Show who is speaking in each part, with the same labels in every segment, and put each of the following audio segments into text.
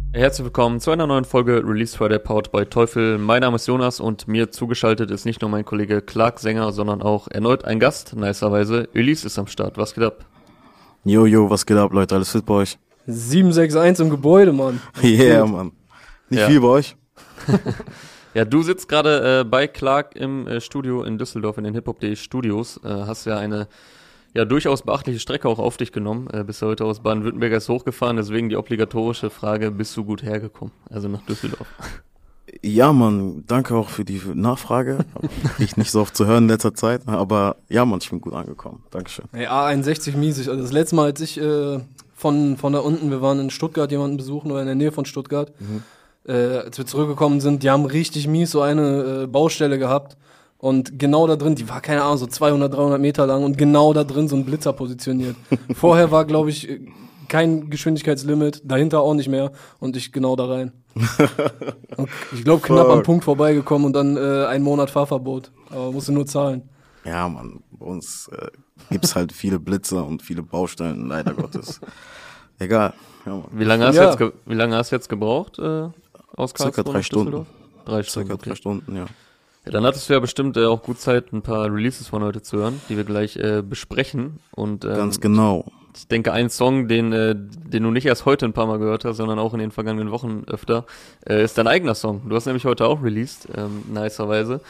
Speaker 1: Herzlich willkommen zu einer neuen Folge Release Friday powered by Teufel. Mein Name ist Jonas und mir zugeschaltet ist nicht nur mein Kollege Clark Sänger, sondern auch erneut ein Gast, nicerweise. Elise ist am Start. Was geht ab?
Speaker 2: Jojo, was geht ab, Leute? Alles fit bei euch?
Speaker 3: 761 im Gebäude, Mann.
Speaker 2: Yeah, Mann. Nicht viel bei euch?
Speaker 1: Ja, du sitzt gerade bei Clark im Studio in Düsseldorf, in den Hip-Hop.de Studios. Hast ja eine durchaus beachtliche Strecke auch auf dich genommen. Bist heute aus Baden-Württemberg erst hochgefahren, deswegen die obligatorische Frage, bist du gut hergekommen? Also nach Düsseldorf.
Speaker 2: Ja, Mann, danke auch für die Nachfrage. Ich nicht so oft zu hören in letzter Zeit, aber ja, Mann, ich bin gut angekommen. Dankeschön.
Speaker 3: Hey, A61 mies. Also das letzte Mal, als ich von da unten, wir waren in Stuttgart jemanden besuchen oder in der Nähe von Stuttgart, als wir zurückgekommen sind, die haben richtig mies so eine Baustelle gehabt und genau da drin, die war, keine Ahnung, so 200, 300 Meter lang und genau da drin so ein Blitzer positioniert. Vorher war, glaube ich, kein Geschwindigkeitslimit, dahinter auch nicht mehr und ich genau da rein. Und ich glaube, knapp am Punkt vorbeigekommen und dann 1 Monat Fahrverbot, aber musste nur zahlen.
Speaker 2: Ja, Mann, bei uns gibt's halt viele Blitzer und viele Baustellen, leider Gottes. Egal. Ja, Mann.
Speaker 1: Wie lange hast du jetzt gebraucht aus Karlsruhe?
Speaker 2: Circa 3 Stunden.
Speaker 1: 3 Stunden.
Speaker 2: Circa 3 Stunden, ja.
Speaker 1: Ja, dann hattest du ja bestimmt auch gut Zeit, ein paar Releases von heute zu hören, die wir gleich besprechen. Und
Speaker 2: Ganz genau.
Speaker 1: Ich denke, ein Song, den du nicht erst heute ein paar Mal gehört hast, sondern auch in den vergangenen Wochen öfter, ist dein eigener Song. Du hast nämlich heute auch released, nicerweise.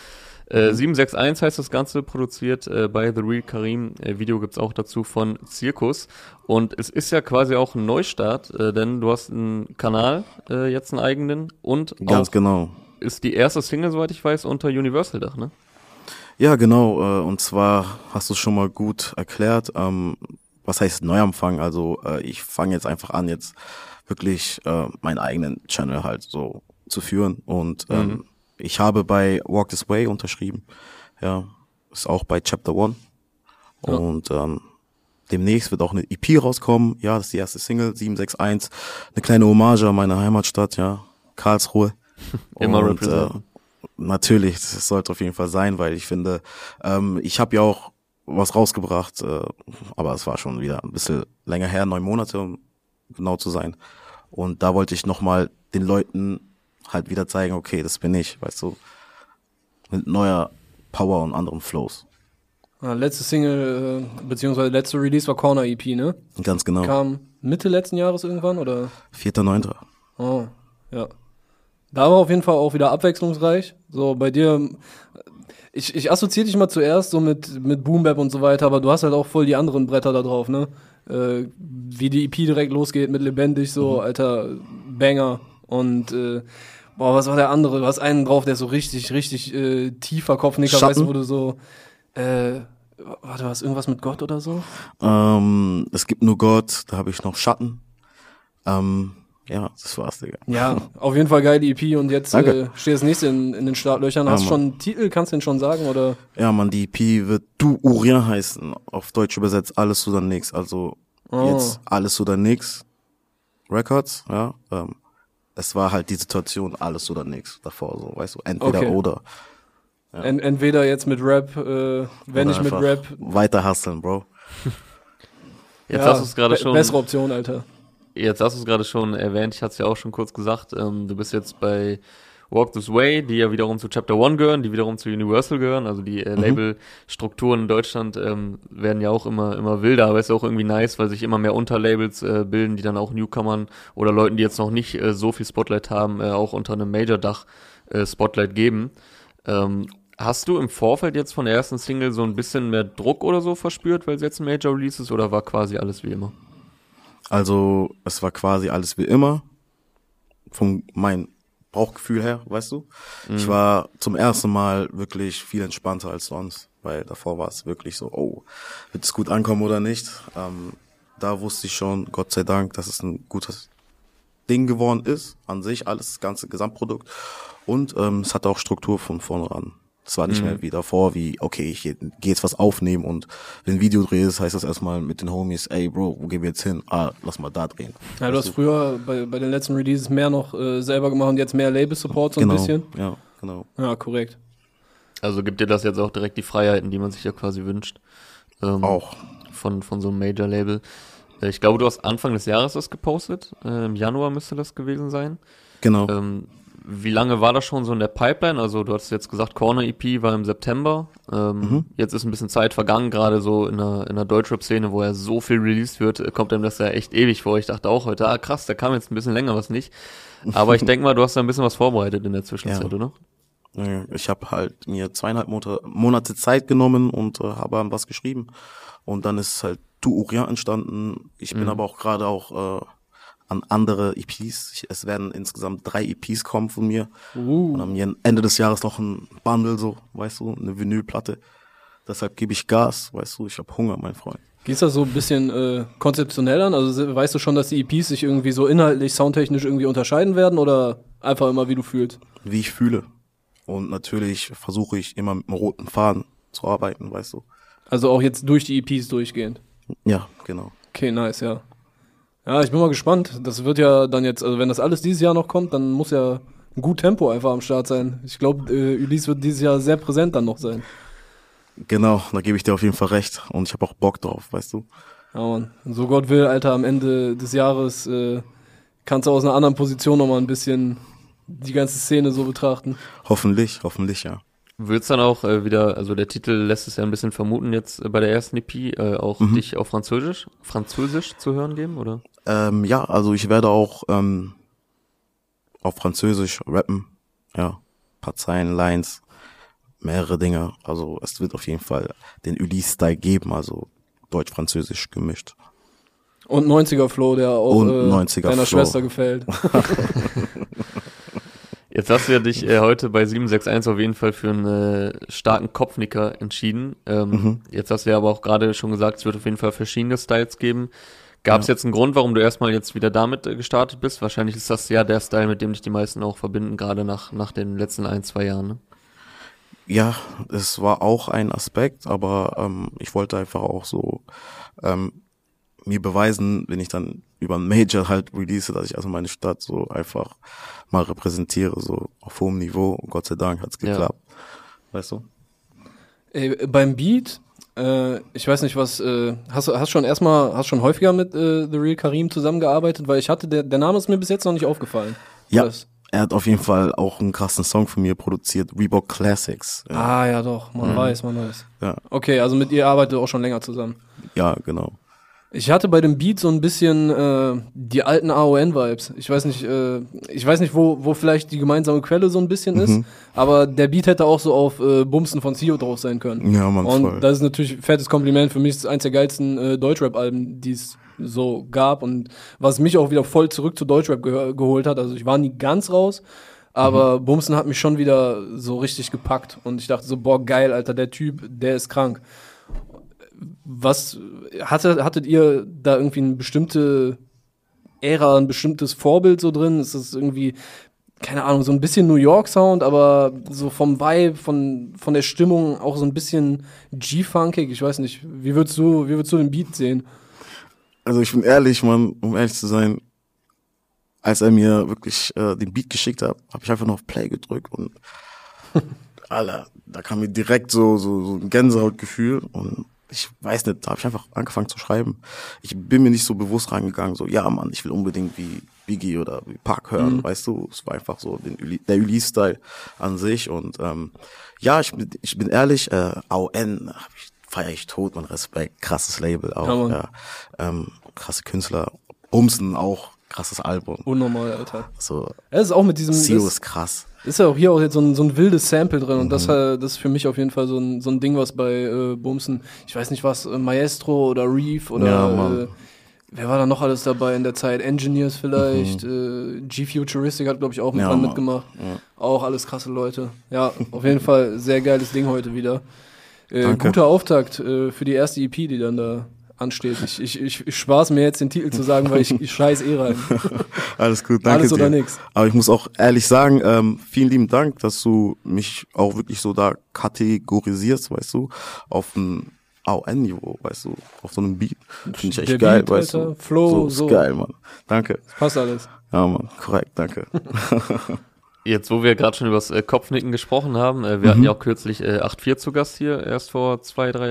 Speaker 1: 761 heißt das Ganze, produziert bei The Real Karim. Video gibt's auch dazu von Zirkus. Und es ist ja quasi auch ein Neustart, denn du hast einen Kanal, jetzt einen eigenen. Und
Speaker 2: Ganz
Speaker 1: auch
Speaker 2: genau.
Speaker 1: ist die erste Single, soweit ich weiß, unter Universal-Dach, ne?
Speaker 2: Ja, genau. Und zwar hast du es schon mal gut erklärt. Was heißt Neuanfang? Also ich fange jetzt einfach an, jetzt wirklich meinen eigenen Channel halt so zu führen. Und ich habe bei Walk This Way unterschrieben. Ja, ist auch bei Chapter One. Ja. Und demnächst wird auch eine EP rauskommen. Ja, das ist die erste Single, 761. Eine kleine Hommage an meine Heimatstadt, ja, Karlsruhe.
Speaker 1: Immer
Speaker 2: und
Speaker 1: representen.
Speaker 2: Natürlich, das sollte auf jeden Fall sein, weil ich finde, ich habe ja auch was rausgebracht, aber es war schon wieder ein bisschen länger her, 9 Monate, um genau zu sein. Und da wollte ich nochmal den Leuten halt wieder zeigen, okay, das bin ich, weißt du, mit neuer Power und anderen Flows.
Speaker 3: Letzte Single, beziehungsweise letzte Release war Corner EP, ne?
Speaker 2: Ganz genau.
Speaker 3: Kam Mitte letzten Jahres irgendwann, oder?
Speaker 2: 4.9.
Speaker 3: Oh, ja. Da war auf jeden Fall auch wieder abwechslungsreich. So, bei dir, ich assoziiere dich mal zuerst so mit Boom Bap und so weiter, aber du hast halt auch voll die anderen Bretter da drauf, ne? Wie die EP direkt losgeht mit Lebendig, so, alter Banger. Und, was war der andere? Du hast einen drauf, der ist so richtig tiefer Kopfnicker,
Speaker 2: Schatten?
Speaker 3: weißt du, wo du so, warte, was, irgendwas mit Gott oder so?
Speaker 2: Es gibt nur Gott, da habe ich noch Schatten. Ja, das war's, Digga.
Speaker 3: Ja, auf jeden Fall geile EP und jetzt
Speaker 2: Danke.
Speaker 3: steht das nächste in den Startlöchern.
Speaker 2: Ja,
Speaker 3: Hast du
Speaker 2: Mann.
Speaker 3: schon einen Titel, kannst du den schon sagen, oder?
Speaker 2: Ja, Mann, die EP wird Du ou Rien heißen. Auf Deutsch übersetzt Alles oder Nix. Also jetzt Alles oder Nix Records, ja. Es war halt die Situation Alles oder Nix davor, so, weißt du, entweder
Speaker 3: Okay.
Speaker 2: oder. Ja.
Speaker 3: Entweder jetzt mit Rap, wenn
Speaker 2: Oder
Speaker 3: nicht mit
Speaker 2: einfach
Speaker 3: Rap.
Speaker 2: weiter hustlen, Bro.
Speaker 1: Jetzt hast du es gerade schon.
Speaker 3: Bessere Option, Alter.
Speaker 1: Jetzt hast du es gerade schon erwähnt, ich hatte es ja auch schon kurz gesagt, du bist jetzt bei Walk This Way, die ja wiederum zu Chapter One gehören, die wiederum zu Universal gehören, also die Labelstrukturen in Deutschland werden ja auch immer wilder, aber ist auch irgendwie nice, weil sich immer mehr Unterlabels bilden, die dann auch Newcomern oder Leuten, die jetzt noch nicht so viel Spotlight haben, auch unter einem Major-Dach Spotlight geben. Hast du im Vorfeld jetzt von der ersten Single so ein bisschen mehr Druck oder so verspürt, weil es jetzt ein Major-Release ist, oder war quasi alles wie immer?
Speaker 2: Also es war quasi alles wie immer. Von meinem Bauchgefühl her, weißt du. Ich war zum ersten Mal wirklich viel entspannter als sonst, weil davor war es wirklich so, oh, wird es gut ankommen oder nicht. Da wusste ich schon, Gott sei Dank, dass es ein gutes Ding geworden ist, an sich, alles, das ganze Gesamtprodukt. Und es hatte auch Struktur von vorne an. Es war nicht mehr wie davor, wie, okay, ich gehe jetzt was aufnehmen und wenn ein Video drehst, heißt das erstmal mit den Homies, ey Bro, wo gehen wir jetzt hin? Lass mal da drehen.
Speaker 3: Ja, du hast früher bei den letzten Releases mehr noch selber gemacht und jetzt mehr Label-Support so ein bisschen.
Speaker 2: Ja, genau.
Speaker 3: Ja, korrekt.
Speaker 1: Also gibt dir das jetzt auch direkt die Freiheiten, die man sich ja quasi wünscht.
Speaker 2: Auch.
Speaker 1: Von so einem Major-Label. Ich glaube, du hast Anfang des Jahres das gepostet. Im Januar müsste das gewesen sein.
Speaker 2: Genau.
Speaker 1: Wie lange war das schon so in der Pipeline? Also du hast jetzt gesagt, Corner EP war im September. Jetzt ist ein bisschen Zeit vergangen, gerade so in der Deutschrap-Szene, wo ja so viel released wird, kommt einem das ja echt ewig vor. Ich dachte auch heute, krass, da kam jetzt ein bisschen länger was nicht. Aber ich denke mal, du hast da ein bisschen was vorbereitet in der Zwischenzeit, oder?
Speaker 2: Ich habe halt mir 2,5 Monate Zeit genommen und habe an was geschrieben. Und dann ist halt Tu Orient entstanden. Ich bin aber auch gerade an andere EPs. Es werden insgesamt 3 EPs kommen von mir. Und am Ende des Jahres noch ein Bundle, so, weißt du, eine Vinylplatte. Deshalb gebe ich Gas, weißt du, ich habe Hunger, mein Freund.
Speaker 3: Gehst du das so ein bisschen konzeptionell an? Also weißt du schon, dass die EPs sich irgendwie so inhaltlich, soundtechnisch irgendwie unterscheiden werden oder einfach immer, wie du fühlst?
Speaker 2: Wie ich fühle. Und natürlich versuche ich immer mit einem roten Faden zu arbeiten, weißt du.
Speaker 3: Also auch jetzt durch die EPs durchgehend?
Speaker 2: Ja, genau.
Speaker 3: Okay, nice, ja. Ja, ich bin mal gespannt. Das wird ja dann jetzt, also wenn das alles dieses Jahr noch kommt, dann muss ja ein gut Tempo einfach am Start sein. Ich glaube, Ulysse wird dieses Jahr sehr präsent dann noch sein.
Speaker 2: Genau, da gebe ich dir auf jeden Fall recht. Und ich habe auch Bock drauf, weißt du.
Speaker 3: Ja, Mann. So Gott will, Alter, am Ende des Jahres kannst du aus einer anderen Position nochmal ein bisschen die ganze Szene so betrachten.
Speaker 2: Hoffentlich, ja.
Speaker 1: Wird's dann auch wieder, also der Titel lässt es ja ein bisschen vermuten jetzt bei der ersten EP, auch dich auf Französisch zu hören geben, oder?
Speaker 2: Ja, also ich werde auch auf Französisch rappen, ja, paar Zeilen, Lines, mehrere Dinge, also es wird auf jeden Fall den Ulysse-Style geben, also Deutsch-Französisch gemischt.
Speaker 3: Und 90er-Flow, der auch
Speaker 2: 90er
Speaker 3: deiner
Speaker 2: Flow.
Speaker 3: Schwester gefällt.
Speaker 1: Jetzt hast du ja dich heute bei 761 auf jeden Fall für einen starken Kopfnicker entschieden. Jetzt hast du ja aber auch gerade schon gesagt, es wird auf jeden Fall verschiedene Styles geben. Gab es jetzt einen Grund, warum du erstmal jetzt wieder damit gestartet bist? Wahrscheinlich ist das ja der Style, mit dem dich die meisten auch verbinden, gerade nach den letzten 1-2 Jahren, ne?
Speaker 2: Ja, es war auch ein Aspekt, aber ich wollte einfach auch so mir beweisen, wenn ich dann über ein Major halt release, dass ich also meine Stadt so einfach mal repräsentiere, so auf hohem Niveau. Und Gott sei Dank hat's geklappt. Ja. Weißt du?
Speaker 3: Beim Beat, ich weiß nicht, was, hast schon häufiger mit The Real Karim zusammengearbeitet, weil ich hatte, der Name ist mir bis jetzt noch nicht aufgefallen.
Speaker 2: Ja,
Speaker 3: was?
Speaker 2: Er hat auf jeden Fall auch einen krassen Song von mir produziert, Reebok Classics. Ja.
Speaker 3: Ja doch, man weiß.
Speaker 2: Ja.
Speaker 3: Okay, also mit ihr arbeitet auch schon länger zusammen.
Speaker 2: Ja, genau.
Speaker 3: Ich hatte bei dem Beat so ein bisschen die alten AON-Vibes. Ich weiß nicht, wo vielleicht die gemeinsame Quelle so ein bisschen ist, aber der Beat hätte auch so auf Bumsen von Sio drauf sein können.
Speaker 2: Ja, Mann,
Speaker 3: und
Speaker 2: voll.
Speaker 3: das ist natürlich ein fettes Kompliment. Für mich ist es eins der geilsten Deutschrap-Alben, die es so gab und was mich auch wieder voll zurück zu Deutschrap geholt hat. Also ich war nie ganz raus, aber Bumsen hat mich schon wieder so richtig gepackt und ich dachte so, boah, geil, Alter, der Typ, der ist krank. Was hattet ihr da irgendwie eine bestimmte Ära, ein bestimmtes Vorbild so drin? Ist das irgendwie, keine Ahnung, so ein bisschen New York Sound, aber so vom Vibe, von der Stimmung auch so ein bisschen G-funkig? Ich weiß nicht, wie würdest du den Beat sehen?
Speaker 2: Also ich bin ehrlich, Mann, um ehrlich zu sein, als er mir wirklich den Beat geschickt hat, habe ich einfach noch auf Play gedrückt und Alter, da kam mir direkt so ein Gänsehautgefühl und ich weiß nicht, da habe ich einfach angefangen zu schreiben. Ich bin mir nicht so bewusst reingegangen, so, ja Mann, ich will unbedingt wie Biggie oder wie Pac hören, weißt du? Es war einfach so der Ulysse-Style an sich und ja, ich bin ehrlich, AON feiere ich tot und Respekt, krasses Label auch, ja. Krasse Künstler, Bumsen auch, krasses Album.
Speaker 3: Unnormal, Alter.
Speaker 2: So,
Speaker 3: es ist auch mit diesem
Speaker 2: Sio ist krass.
Speaker 3: Ist ja auch hier auch jetzt so ein wildes Sample drin und das ist für mich auf jeden Fall so ein Ding, was bei Bumsen, ich weiß nicht was, Maestro oder Reef oder wer war da noch alles dabei in der Zeit? Engineers vielleicht, G-Futuristic hat glaube ich auch mitgemacht. Ja. Auch alles krasse Leute. Ja, auf jeden Fall sehr geiles Ding heute wieder. Guter Auftakt für die erste EP, die dann da ansteht. Ich spaß mir jetzt den Titel zu sagen, weil ich scheiß rein.
Speaker 2: Alles gut, danke
Speaker 3: Alles
Speaker 2: dir.
Speaker 3: oder nix.
Speaker 2: Aber ich muss auch ehrlich sagen, vielen lieben Dank, dass du mich auch wirklich so da kategorisierst, weißt du, auf ein AON-Niveau, weißt du, auf so einem Beat. Finde ich echt
Speaker 3: Der
Speaker 2: geil,
Speaker 3: Beat,
Speaker 2: weißt
Speaker 3: Alter,
Speaker 2: du.
Speaker 3: Flow,
Speaker 2: so. Ist geil, Mann. Danke.
Speaker 3: Passt alles.
Speaker 2: Ja, Mann, korrekt, danke.
Speaker 1: Jetzt, wo wir gerade schon über das Kopfnicken gesprochen haben, wir hatten ja auch kürzlich 8-4 zu Gast hier, erst vor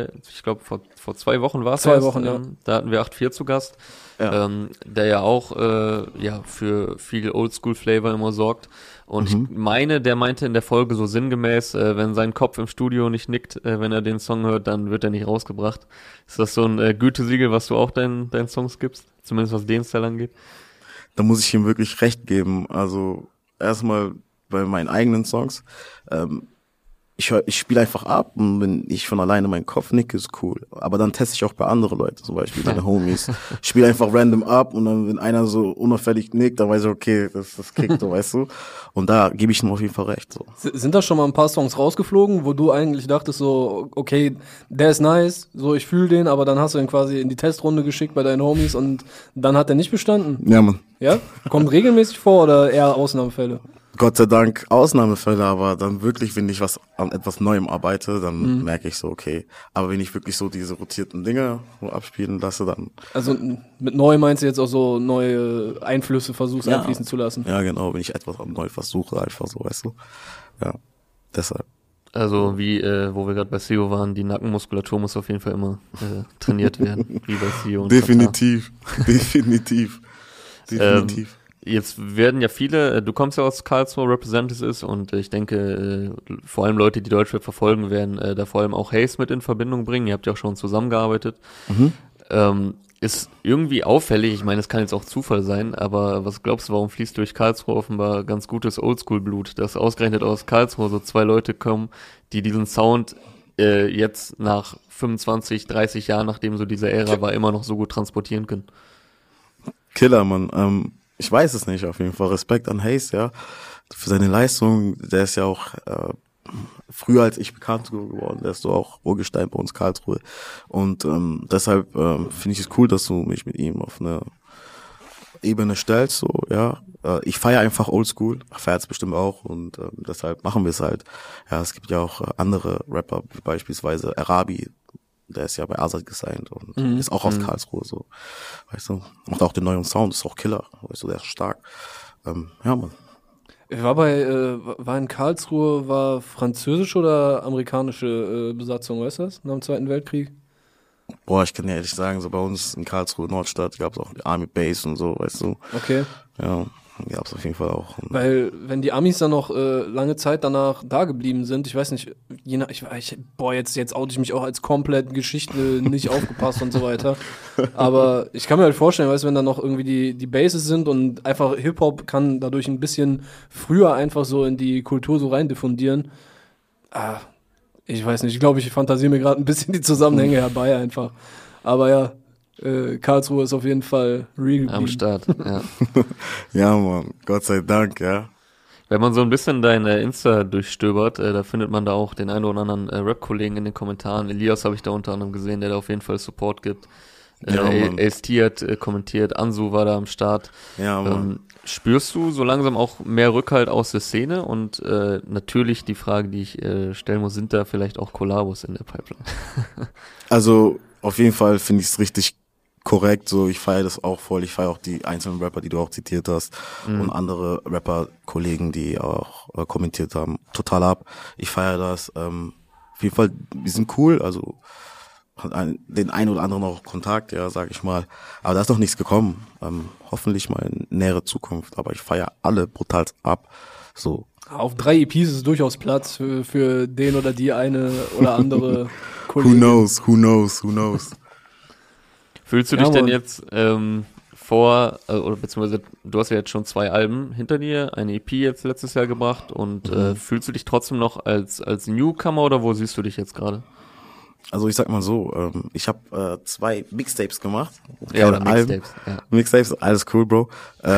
Speaker 1: 2 Wochen war es.
Speaker 3: 2 Wochen, ja.
Speaker 1: Da hatten wir 8-4 zu Gast, der ja auch für viel Oldschool-Flavor immer sorgt. Und ich meine, der meinte in der Folge so sinngemäß, wenn sein Kopf im Studio nicht nickt, wenn er den Song hört, dann wird er nicht rausgebracht. Ist das so ein Gütesiegel, was du auch deinen Songs gibst? Zumindest was den Style angeht?
Speaker 2: Da muss ich ihm wirklich recht geben. Also erstmal bei meinen eigenen Songs. Ich spiele einfach ab und wenn ich von alleine meinen Kopf nicke, ist cool. Aber dann teste ich auch bei anderen Leuten, zum Beispiel meine Homies. Ich spiele einfach random ab und dann, wenn einer so unauffällig nickt, dann weiß ich, okay, das kickt so, weißt du. Und da gebe ich ihm auf jeden Fall recht. So.
Speaker 3: Sind da schon mal ein paar Songs rausgeflogen, wo du eigentlich dachtest so, okay, der ist nice, so ich fühle den, aber dann hast du ihn quasi in die Testrunde geschickt bei deinen Homies und dann hat er nicht bestanden?
Speaker 2: Ja, Mann.
Speaker 3: Ja? Kommt regelmäßig vor oder eher Ausnahmefälle?
Speaker 2: Gott sei Dank Ausnahmefälle, aber dann wirklich, wenn ich an etwas Neuem arbeite, dann merke ich so, okay. Aber wenn ich wirklich so diese rotierten Dinge so abspielen lasse, dann...
Speaker 3: Also mit neu meinst du jetzt auch so neue Einflüsse versuchst einfließen zu lassen?
Speaker 2: Ja, genau, wenn ich etwas neu versuche, einfach so, weißt du. Ja, deshalb.
Speaker 1: Also wie, wo wir gerade bei CEO waren, die Nackenmuskulatur muss auf jeden Fall immer trainiert werden, wie bei CEO und
Speaker 2: Definitiv.
Speaker 1: Jetzt werden ja viele, du kommst ja aus Karlsruhe, Representatives und ich denke, vor allem Leute, die Deutschrap verfolgen, werden da vor allem auch Haze mit in Verbindung bringen. Ihr habt ja auch schon zusammengearbeitet. Ist irgendwie auffällig, ich meine, es kann jetzt auch Zufall sein, aber was glaubst du, warum fließt durch Karlsruhe offenbar ganz gutes Oldschool-Blut, dass ausgerechnet aus Karlsruhe so 2 Leute kommen, die diesen Sound jetzt nach 25, 30 Jahren, nachdem so diese Ära war, immer noch so gut transportieren können?
Speaker 2: Killer, Mann. Ich weiß es nicht, auf jeden Fall. Respekt an Haze, ja, für seine Leistung. Der ist ja auch früher als ich bekannt geworden. Der ist so auch Urgestein bei uns Karlsruhe. Und deshalb finde ich es cool, dass du mich mit ihm auf eine Ebene stellst. So, ja. Ich feiere einfach Oldschool, feiere es bestimmt auch und deshalb machen wir es halt. Ja, es gibt ja auch andere Rapper, wie beispielsweise Arabi. Der ist ja bei Azad gesigned und ist auch aus Karlsruhe, so, weißt du. Macht auch den neuen Sound, ist auch Killer, weißt du, der ist stark. Ja, Mann.
Speaker 3: War in Karlsruhe, war französische oder amerikanische Besatzung, weißt du das, nach dem Zweiten Weltkrieg?
Speaker 2: Boah, ich kann dir ehrlich sagen, so bei uns in Karlsruhe Nordstadt gab es auch die Army Base und so, weißt du.
Speaker 3: Okay.
Speaker 2: Ja. Gab es auf jeden Fall auch.
Speaker 3: Weil, wenn die Amis dann noch lange Zeit danach da geblieben sind, ich weiß nicht, jetzt oute ich mich auch als komplett Geschichte nicht aufgepasst und so weiter. Aber ich kann mir halt vorstellen, weißt du, wenn dann noch irgendwie die Bases sind und einfach Hip-Hop kann dadurch ein bisschen früher einfach so in die Kultur so rein diffundieren. Ich weiß nicht, ich glaube, ich fantasiere mir gerade ein bisschen die Zusammenhänge herbei einfach. Aber ja. Karlsruhe ist auf jeden Fall real geblieben.
Speaker 1: Am Start, ja.
Speaker 2: Ja, Mann, Gott sei Dank, ja.
Speaker 1: Wenn man so ein bisschen deine Insta durchstöbert, da findet man da auch den einen oder anderen Rap-Kollegen in den Kommentaren. Elias habe ich da unter anderem gesehen, der da auf jeden Fall Support gibt. AST hat kommentiert, Ansu war da am Start.
Speaker 2: Ja, Mann.
Speaker 1: Spürst du so langsam auch mehr Rückhalt aus der Szene? Und natürlich die Frage, die ich stellen muss, sind da vielleicht auch Kollabos in der Pipeline?
Speaker 2: Also auf jeden Fall finde ich es richtig korrekt, so ich feiere das auch voll, ich feiere auch die einzelnen Rapper, die du auch zitiert hast und andere Rapper-Kollegen, die auch kommentiert haben, total ab. Ich feiere das. Auf jeden Fall, die sind cool, also hat den einen oder anderen auch Kontakt, ja, sag ich mal. Aber da ist noch nichts gekommen. Hoffentlich mal in nähere Zukunft, aber ich feiere alle brutal ab. So.
Speaker 3: Auf 3 EPs ist durchaus Platz für den oder die eine oder andere Kollegin.
Speaker 2: Who knows?
Speaker 1: Fühlst du dich denn jetzt oder beziehungsweise du hast ja jetzt schon 2 Alben hinter dir, eine EP jetzt letztes Jahr gebracht und fühlst du dich trotzdem noch als Newcomer oder wo siehst du dich jetzt gerade?
Speaker 2: Also ich sag mal so, ich habe 2 Mixtapes gemacht.
Speaker 1: Ja, oder Mixtapes. Ja.
Speaker 2: Mixtapes, alles cool, Bro.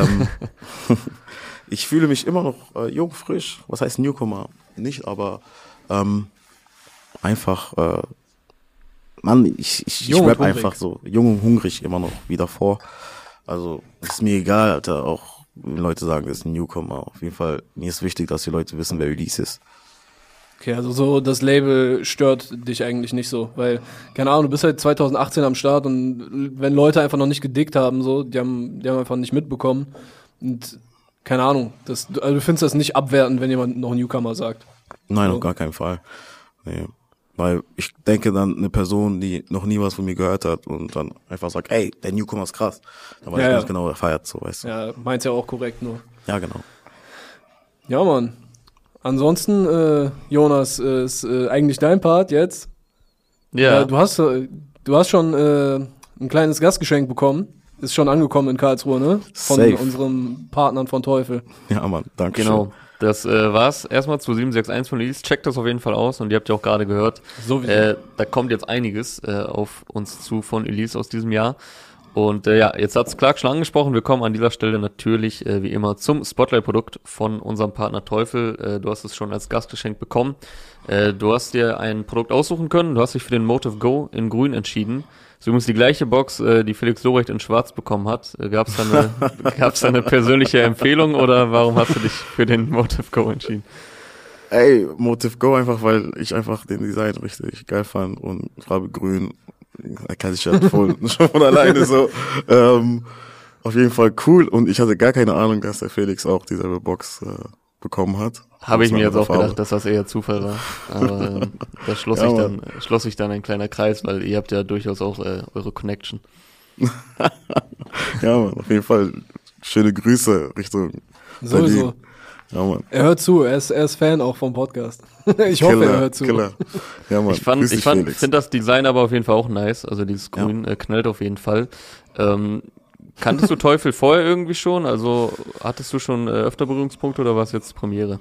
Speaker 2: Ich fühle mich immer noch jung, frisch. Was heißt Newcomer? Nicht, aber einfach Mann, ich rap einfach so, jung und hungrig immer noch wie davor. Also ist mir egal, Alter, auch wenn Leute sagen, das ist ein Newcomer. Auf jeden Fall, mir ist wichtig, dass die Leute wissen, wer Release ist.
Speaker 3: Okay, also so das Label stört dich eigentlich nicht so, weil, keine Ahnung, du bist halt 2018 am Start und wenn Leute einfach noch nicht gedickt haben, so, die haben einfach nicht mitbekommen und keine Ahnung, also du findest das nicht abwertend, wenn jemand noch Newcomer sagt?
Speaker 2: Nein,
Speaker 3: So.
Speaker 2: auf gar keinen Fall. Nee. Weil ich denke dann, eine Person, die noch nie was von mir gehört hat und dann einfach sagt, ey, der Newcomer ist krass. Dann weiß ich ganz genau, der feiert so, weißt du.
Speaker 3: Ja, meint's ja auch korrekt nur.
Speaker 2: Ja, genau.
Speaker 3: Ja, Mann. Ansonsten, Jonas, ist eigentlich dein Part jetzt.
Speaker 1: Ja.
Speaker 3: Du hast schon ein kleines Gastgeschenk bekommen. Ist schon angekommen in Karlsruhe, ne? Von
Speaker 2: Safe.
Speaker 3: unseren Partnern von Teufel.
Speaker 2: Ja, Mann, danke
Speaker 1: Genau.
Speaker 2: schön.
Speaker 1: Das war's erstmal zu 761 von Elise. Checkt das auf jeden Fall aus und ihr habt ja auch gerade gehört.
Speaker 3: Sowieso.
Speaker 1: Da kommt jetzt einiges auf uns zu von Elise aus diesem Jahr. Und ja, jetzt hat's Clark schon angesprochen. Wir kommen an dieser Stelle natürlich wie immer zum Spotlight-Produkt von unserem Partner Teufel. Du hast es schon als Gastgeschenk bekommen. Du hast dir ein Produkt aussuchen können. Du hast dich für den Motive Go in grün entschieden. Das ist übrigens die gleiche Box, die Felix Lobrecht in schwarz bekommen hat. Gab's da eine persönliche Empfehlung oder warum hast du dich für den Motive Go entschieden?
Speaker 2: Ey, Motive Go einfach, weil ich einfach den Design richtig geil fand und Farbe grün, da kann ich ja voll schon von alleine so. Auf jeden Fall cool und ich hatte gar keine Ahnung, dass der Felix auch dieselbe Box bekommen hat.
Speaker 1: Habe ich mir jetzt auch
Speaker 2: Farbe.
Speaker 1: gedacht, dass das eher Zufall war. Aber da schloss sich dann ein kleiner Kreis, weil ihr habt ja durchaus auch eure Connection.
Speaker 2: Ja, Mann, auf jeden Fall schöne Grüße Richtung
Speaker 3: Sowieso.
Speaker 2: Berlin. Ja, Mann.
Speaker 3: Er hört zu, er ist Fan auch vom Podcast. Ich hoffe, er hört zu.
Speaker 2: Killer. Ja, Mann.
Speaker 1: Ich
Speaker 2: Grüß dich, Felix.
Speaker 1: finde das Design aber auf jeden Fall auch nice. Also dieses Grün knallt auf jeden Fall. Kanntest du Teufel vorher irgendwie schon? Also hattest du schon öfter Berührungspunkte oder war es jetzt Premiere?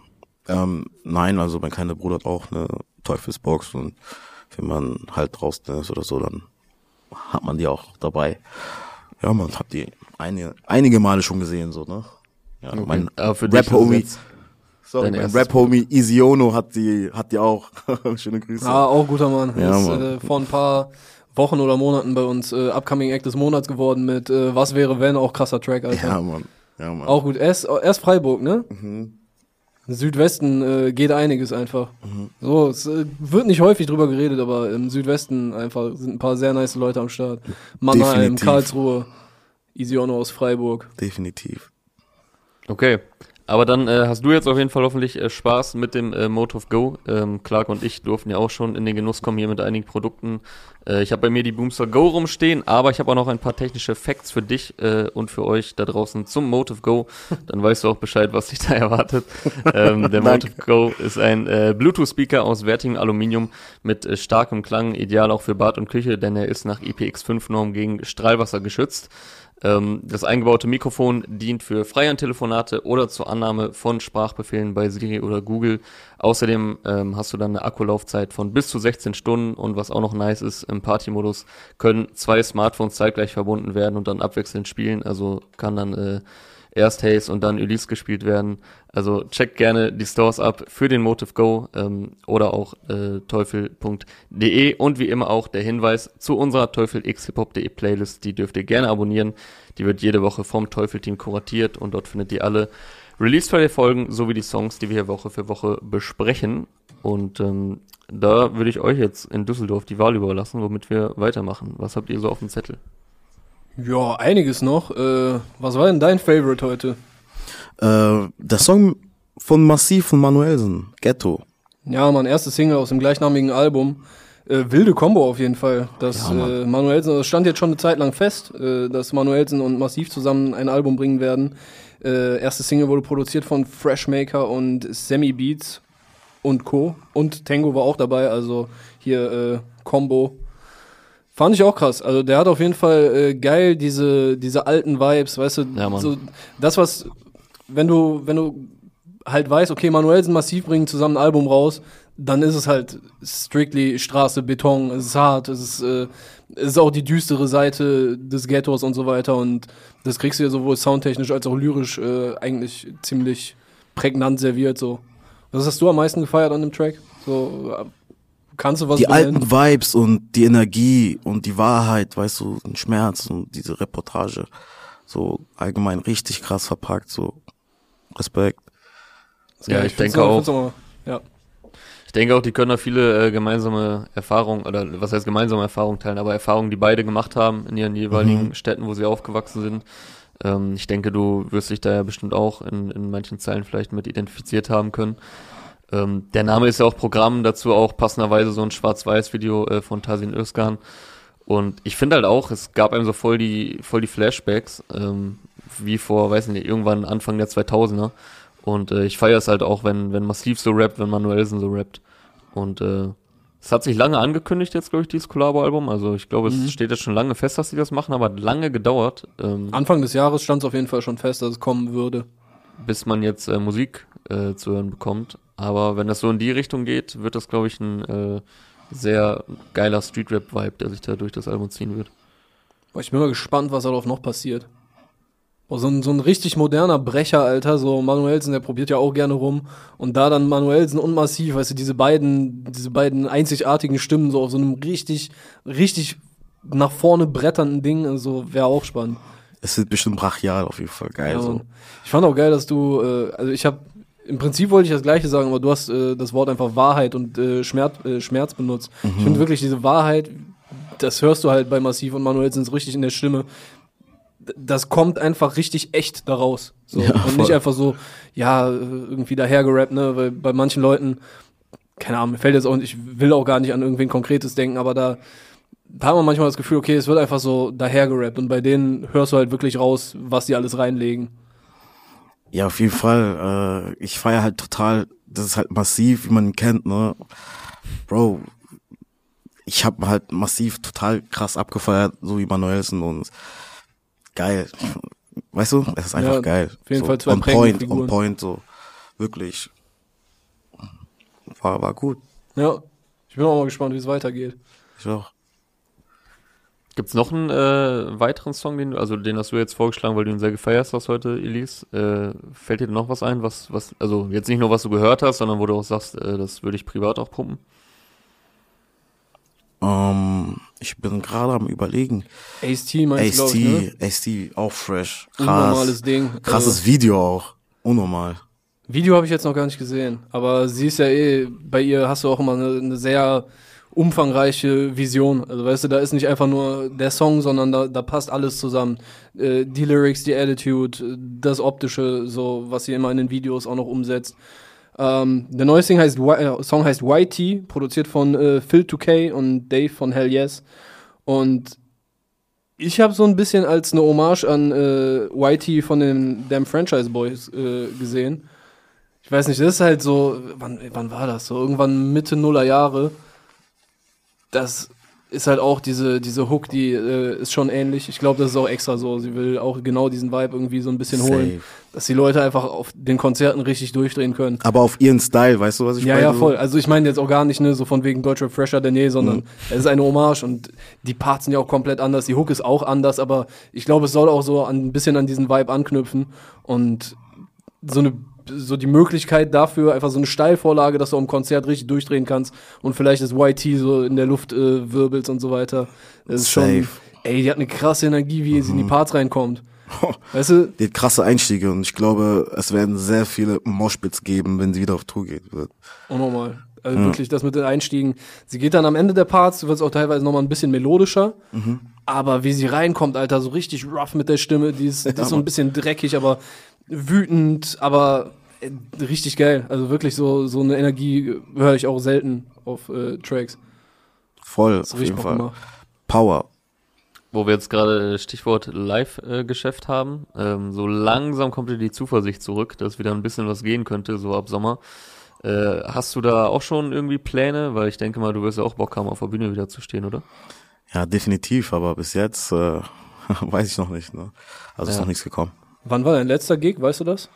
Speaker 2: Nein, also mein kleiner Bruder hat auch eine Teufelsbox und wenn man halt draußen ist oder so, dann hat man die auch dabei. Ja, man hat die einige Male schon gesehen, so, ne? Ja,
Speaker 1: Okay.
Speaker 2: mein
Speaker 1: Aber für dich ist es
Speaker 2: Rap-Homie,
Speaker 1: jetzt dein
Speaker 2: mein
Speaker 1: erstes
Speaker 2: Rap-Homie Easy Ono hat die auch. Schöne Grüße.
Speaker 3: Ah, auch guter Mann.
Speaker 2: Ja,
Speaker 3: Ist
Speaker 2: Mann.
Speaker 3: vor ein paar Wochen oder Monaten bei uns Upcoming Act des Monats geworden mit Was wäre wenn, auch krasser Track, Alter.
Speaker 2: Ja, Mann. Ja, Mann.
Speaker 3: Auch gut. Erst Freiburg, ne?
Speaker 2: Mhm.
Speaker 3: Südwesten geht einiges einfach. So, es wird nicht häufig drüber geredet, aber im Südwesten einfach sind ein paar sehr nice Leute am Start. Mannheim,
Speaker 2: Definitiv.
Speaker 3: Karlsruhe, Easy Ono aus Freiburg.
Speaker 2: Definitiv.
Speaker 1: Okay, aber dann hast du jetzt auf jeden Fall hoffentlich Spaß mit dem Motive Go. Clark und ich durften ja auch schon in den Genuss kommen hier mit einigen Produkten. Ich habe bei mir die Boomstar Go rumstehen, aber ich habe auch noch ein paar technische Facts für dich und für euch da draußen zum Motive Go. Dann weißt du auch Bescheid, was dich da erwartet. Der Motive Go ist ein Bluetooth-Speaker aus wertigem Aluminium mit starkem Klang, ideal auch für Bad und Küche, denn er ist nach IPX5-Norm gegen Strahlwasser geschützt. Das eingebaute Mikrofon dient für Freihand-Telefonate oder zur Annahme von Sprachbefehlen bei Siri oder Google. Außerdem hast du dann eine Akkulaufzeit von bis zu 16 Stunden und was auch noch nice ist, im Party-Modus können 2 Smartphones zeitgleich verbunden werden und dann abwechselnd spielen. Also kann dann erst Haze und dann Ulysse gespielt werden. Also checkt gerne die Stores ab für den Motive Go oder auch teufel.de und wie immer auch der Hinweis zu unserer teufelxhiphop.de Playlist, die dürft ihr gerne abonnieren. Die wird jede Woche vom Teufel-Team kuratiert und dort findet ihr alle Release-Friday-Folgen sowie die Songs, die wir hier Woche für Woche besprechen. Und da würde ich euch jetzt in Düsseldorf die Wahl überlassen, womit wir weitermachen. Was habt ihr so auf dem Zettel?
Speaker 3: Ja, einiges noch. Was war denn dein Favorite heute?
Speaker 2: Der Song von Massiv und Manuelsen, Ghetto.
Speaker 3: Ja, mein erstes Single aus dem gleichnamigen Album. Wilde Kombo auf jeden Fall. Das
Speaker 2: Ja,
Speaker 3: Manuelsen, das stand jetzt schon eine Zeit lang fest, dass Manuelsen und Massiv zusammen ein Album bringen werden. Erste Single wurde produziert von Freshmaker und Sammy Beats und Co. Und Tango war auch dabei, also hier Combo. Fand ich auch krass. Also der hat auf jeden Fall geil diese alten Vibes, weißt du,
Speaker 1: Ja, Mann.
Speaker 3: so das was wenn du halt weißt, okay, Manuelsen Massiv bringen zusammen ein Album raus, dann ist es halt strictly Straße, Beton, es ist hart, es ist auch die düstere Seite des Ghettos und so weiter und das kriegst du ja sowohl soundtechnisch als auch lyrisch eigentlich ziemlich prägnant serviert so. Was hast du am meisten gefeiert an dem Track? So kannst du was
Speaker 2: Die
Speaker 3: benennen?
Speaker 2: alten Vibes und die Energie und die Wahrheit, weißt du, den Schmerz und diese Reportage, so allgemein richtig krass verpackt, so Respekt.
Speaker 1: Ja, ich
Speaker 3: find's
Speaker 1: denke auch.
Speaker 3: find's mal, ja.
Speaker 1: Ich denke auch, die können da viele gemeinsame Erfahrungen, oder was heißt gemeinsame Erfahrungen teilen, aber Erfahrungen, die beide gemacht haben in ihren jeweiligen Städten, wo sie aufgewachsen sind. Ich denke, du wirst dich da ja bestimmt auch in manchen Zeilen vielleicht mit identifiziert haben können. Der Name ist ja auch Programm, dazu auch passenderweise so ein Schwarz-Weiß-Video von Tasin Özcan. Und ich finde halt auch, es gab einem so voll die Flashbacks, wie vor, weiß nicht, irgendwann Anfang der 2000er. Und ich feiere es halt auch, wenn Massiv so rappt, wenn Manuelsen so rappt. Und es hat sich lange angekündigt jetzt, glaube ich, dieses Collabo-Album. Also ich glaube, es steht jetzt schon lange fest, dass sie das machen, aber hat lange gedauert.
Speaker 3: Anfang des Jahres stand es auf jeden Fall schon fest, dass es kommen würde.
Speaker 1: Bis man jetzt Musik zu hören bekommt. Aber wenn das so in die Richtung geht, wird das, glaube ich, ein sehr geiler Street-Rap-Vibe, der sich da durch das Album ziehen wird.
Speaker 3: Ich bin mal gespannt, was darauf noch passiert. So ein richtig moderner Brecher, Alter, so Manuelsen, der probiert ja auch gerne rum. Und da dann Manuelsen und Massiv, weißt du, diese beiden einzigartigen Stimmen so auf so einem richtig nach vorne bretternden Ding, also wäre auch spannend.
Speaker 2: Es wird bestimmt brachial, auf jeden Fall geil.
Speaker 3: Ja,
Speaker 2: so.
Speaker 3: Ich fand auch geil, dass du, im Prinzip wollte ich das Gleiche sagen, aber du hast das Wort einfach Wahrheit und Schmerz benutzt. Ich finde wirklich diese Wahrheit, das hörst du halt bei Massiv und Manuelsen so richtig in der Stimme. Das kommt einfach richtig echt daraus. So.
Speaker 2: Ja,
Speaker 3: und nicht einfach so, ja, irgendwie dahergerappt, ne? Weil bei manchen Leuten, keine Ahnung, mir fällt jetzt auch nicht, ich will auch gar nicht an irgendwen Konkretes denken, aber da haben wir manchmal das Gefühl, okay, es wird einfach so dahergerappt und bei denen hörst du halt wirklich raus, was die alles reinlegen.
Speaker 2: Ja, auf jeden Fall. Ich feiere halt total, das ist halt Massiv, wie man ihn kennt, ne? Bro, ich habe halt Massiv total krass abgefeiert, so wie Manuelsen und geil. Weißt du, es ist einfach geil.
Speaker 3: Auf jeden
Speaker 2: so,
Speaker 3: Fall zwei prägende Figuren.
Speaker 2: On point, so. Wirklich. War gut.
Speaker 3: Ja, ich bin auch mal gespannt, wie es weitergeht.
Speaker 2: Ich auch.
Speaker 1: Gibt's noch einen weiteren Song, den hast du jetzt vorgeschlagen, weil du ihn sehr gefeiert hast heute, Elise. Fällt dir noch was ein, was, also jetzt nicht nur, was du gehört hast, sondern wo du auch sagst, das würde ich privat auch pumpen?
Speaker 2: Ich bin gerade am Überlegen.
Speaker 3: Ace-T meinst du, glaube ich, ne?
Speaker 2: Ace-T, auch fresh. Krass.
Speaker 3: Unnormales Ding.
Speaker 2: Krasses Video auch. Unnormal.
Speaker 3: Video habe ich jetzt noch gar nicht gesehen, aber sie ist ja bei ihr hast du auch immer eine sehr umfangreiche Vision. Also weißt du, da ist nicht einfach nur der Song, sondern da passt alles zusammen. Die Lyrics, die Attitude, das Optische, so was sie immer in den Videos auch noch umsetzt. Der neue Song heißt YT, produziert von Phil 2K und Dave von Hell Yes. Und ich habe so ein bisschen als eine Hommage an YT von den Damn Franchise Boys gesehen. Ich weiß nicht, das ist halt so, wann war das? So irgendwann Mitte Nuller Jahre. Das ist halt auch diese Hook, die ist schon ähnlich. Ich glaube, das ist auch extra so. Sie will auch genau diesen Vibe irgendwie so ein bisschen holen, dass die Leute einfach auf den Konzerten richtig durchdrehen können.
Speaker 2: Aber auf ihren Style, weißt du, was ich meine?
Speaker 3: Ja, voll. Also ich meine jetzt auch gar nicht, ne, so von wegen Deutscher Fresher der Nähe, sondern es ist eine Hommage und die Parts sind ja auch komplett anders. Die Hook ist auch anders, aber ich glaube, es soll auch so ein bisschen an diesen Vibe anknüpfen und so die Möglichkeit dafür, einfach so eine Steilvorlage, dass du am Konzert richtig durchdrehen kannst und vielleicht das YT so in der Luft wirbelst und so weiter. Das ist schon, die hat eine krasse Energie, wie sie in die Parts reinkommt. Weißt du?
Speaker 2: Die hat krasse Einstiege und ich glaube, es werden sehr viele Moshpits geben, wenn sie wieder auf Tour geht.
Speaker 3: Unnormal. Also wirklich das mit den Einstiegen. Sie geht dann am Ende der Parts, wird es auch teilweise nochmal ein bisschen melodischer. Aber wie sie reinkommt, Alter, so richtig rough mit der Stimme, die ist so ein bisschen dreckig, aber wütend, aber richtig geil. Also wirklich so eine Energie höre ich auch selten auf Tracks.
Speaker 2: Voll,
Speaker 3: das
Speaker 2: auf jeden Fall.
Speaker 3: Gemacht.
Speaker 2: Power.
Speaker 1: Wo wir jetzt gerade Stichwort Live-Geschäft haben, so langsam kommt dir die Zuversicht zurück, dass wieder ein bisschen was gehen könnte, so ab Sommer. Hast du da auch schon irgendwie Pläne? Weil ich denke mal, du wirst ja auch Bock haben, auf der Bühne wieder zu stehen, oder?
Speaker 2: Ja, definitiv, aber bis jetzt weiß ich noch nicht. Ne? Also ist noch nichts gekommen.
Speaker 3: Wann war dein letzter Gig, weißt du das?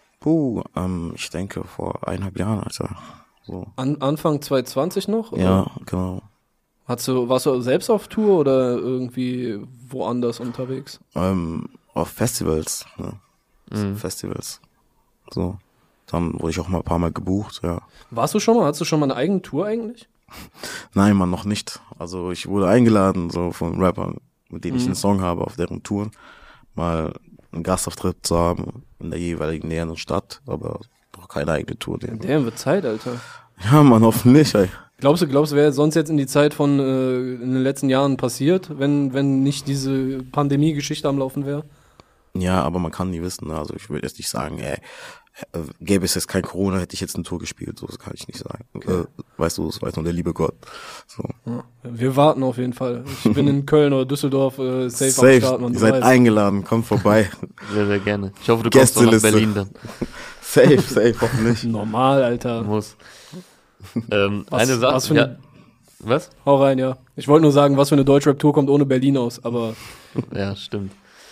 Speaker 2: Ich denke vor 1,5 Jahren, Alter. So.
Speaker 3: Anfang 2020 noch? Oder?
Speaker 2: Ja, genau.
Speaker 3: Warst du selbst auf Tour oder irgendwie woanders unterwegs?
Speaker 2: Auf Festivals, ne? Festivals. So. Dann wurde ich auch mal ein paar Mal gebucht, ja.
Speaker 3: Hast du schon mal eine eigene Tour eigentlich?
Speaker 2: Nein, man, noch nicht. Also ich wurde eingeladen, so von Rappern, mit denen ich einen Song habe, auf deren Touren, mal einen Gastauftritt zu haben in der jeweiligen näheren Stadt, aber doch keine eigene Tour.
Speaker 3: Der wird Zeit, Alter.
Speaker 2: Ja, man, hoffentlich, ey.
Speaker 3: Glaubst du, wäre sonst jetzt in die Zeit von in den letzten Jahren passiert, wenn nicht diese Pandemie-Geschichte am Laufen wäre?
Speaker 2: Ja, aber man kann nie wissen. Ne? Also ich würde jetzt nicht sagen, gäbe es jetzt kein Corona, hätte ich jetzt eine Tour gespielt. So, das kann ich nicht sagen. Okay. Weißt du, das weiß nur der liebe Gott. So.
Speaker 3: Ja, wir warten auf jeden Fall. Ich bin in Köln oder Düsseldorf safe am Start.
Speaker 2: Ihr seid eingeladen, kommt vorbei.
Speaker 1: Sehr, sehr gerne. Ich hoffe, du kommst auch nach Berlin dann.
Speaker 2: Safe, hoffentlich.
Speaker 3: Normal, Alter.
Speaker 1: Muss. Eine Sache. Was?
Speaker 3: Hau rein, ja. Ich wollte nur sagen, was für eine Deutschrap-Tour kommt ohne Berlin aus, aber...
Speaker 1: Ja, stimmt.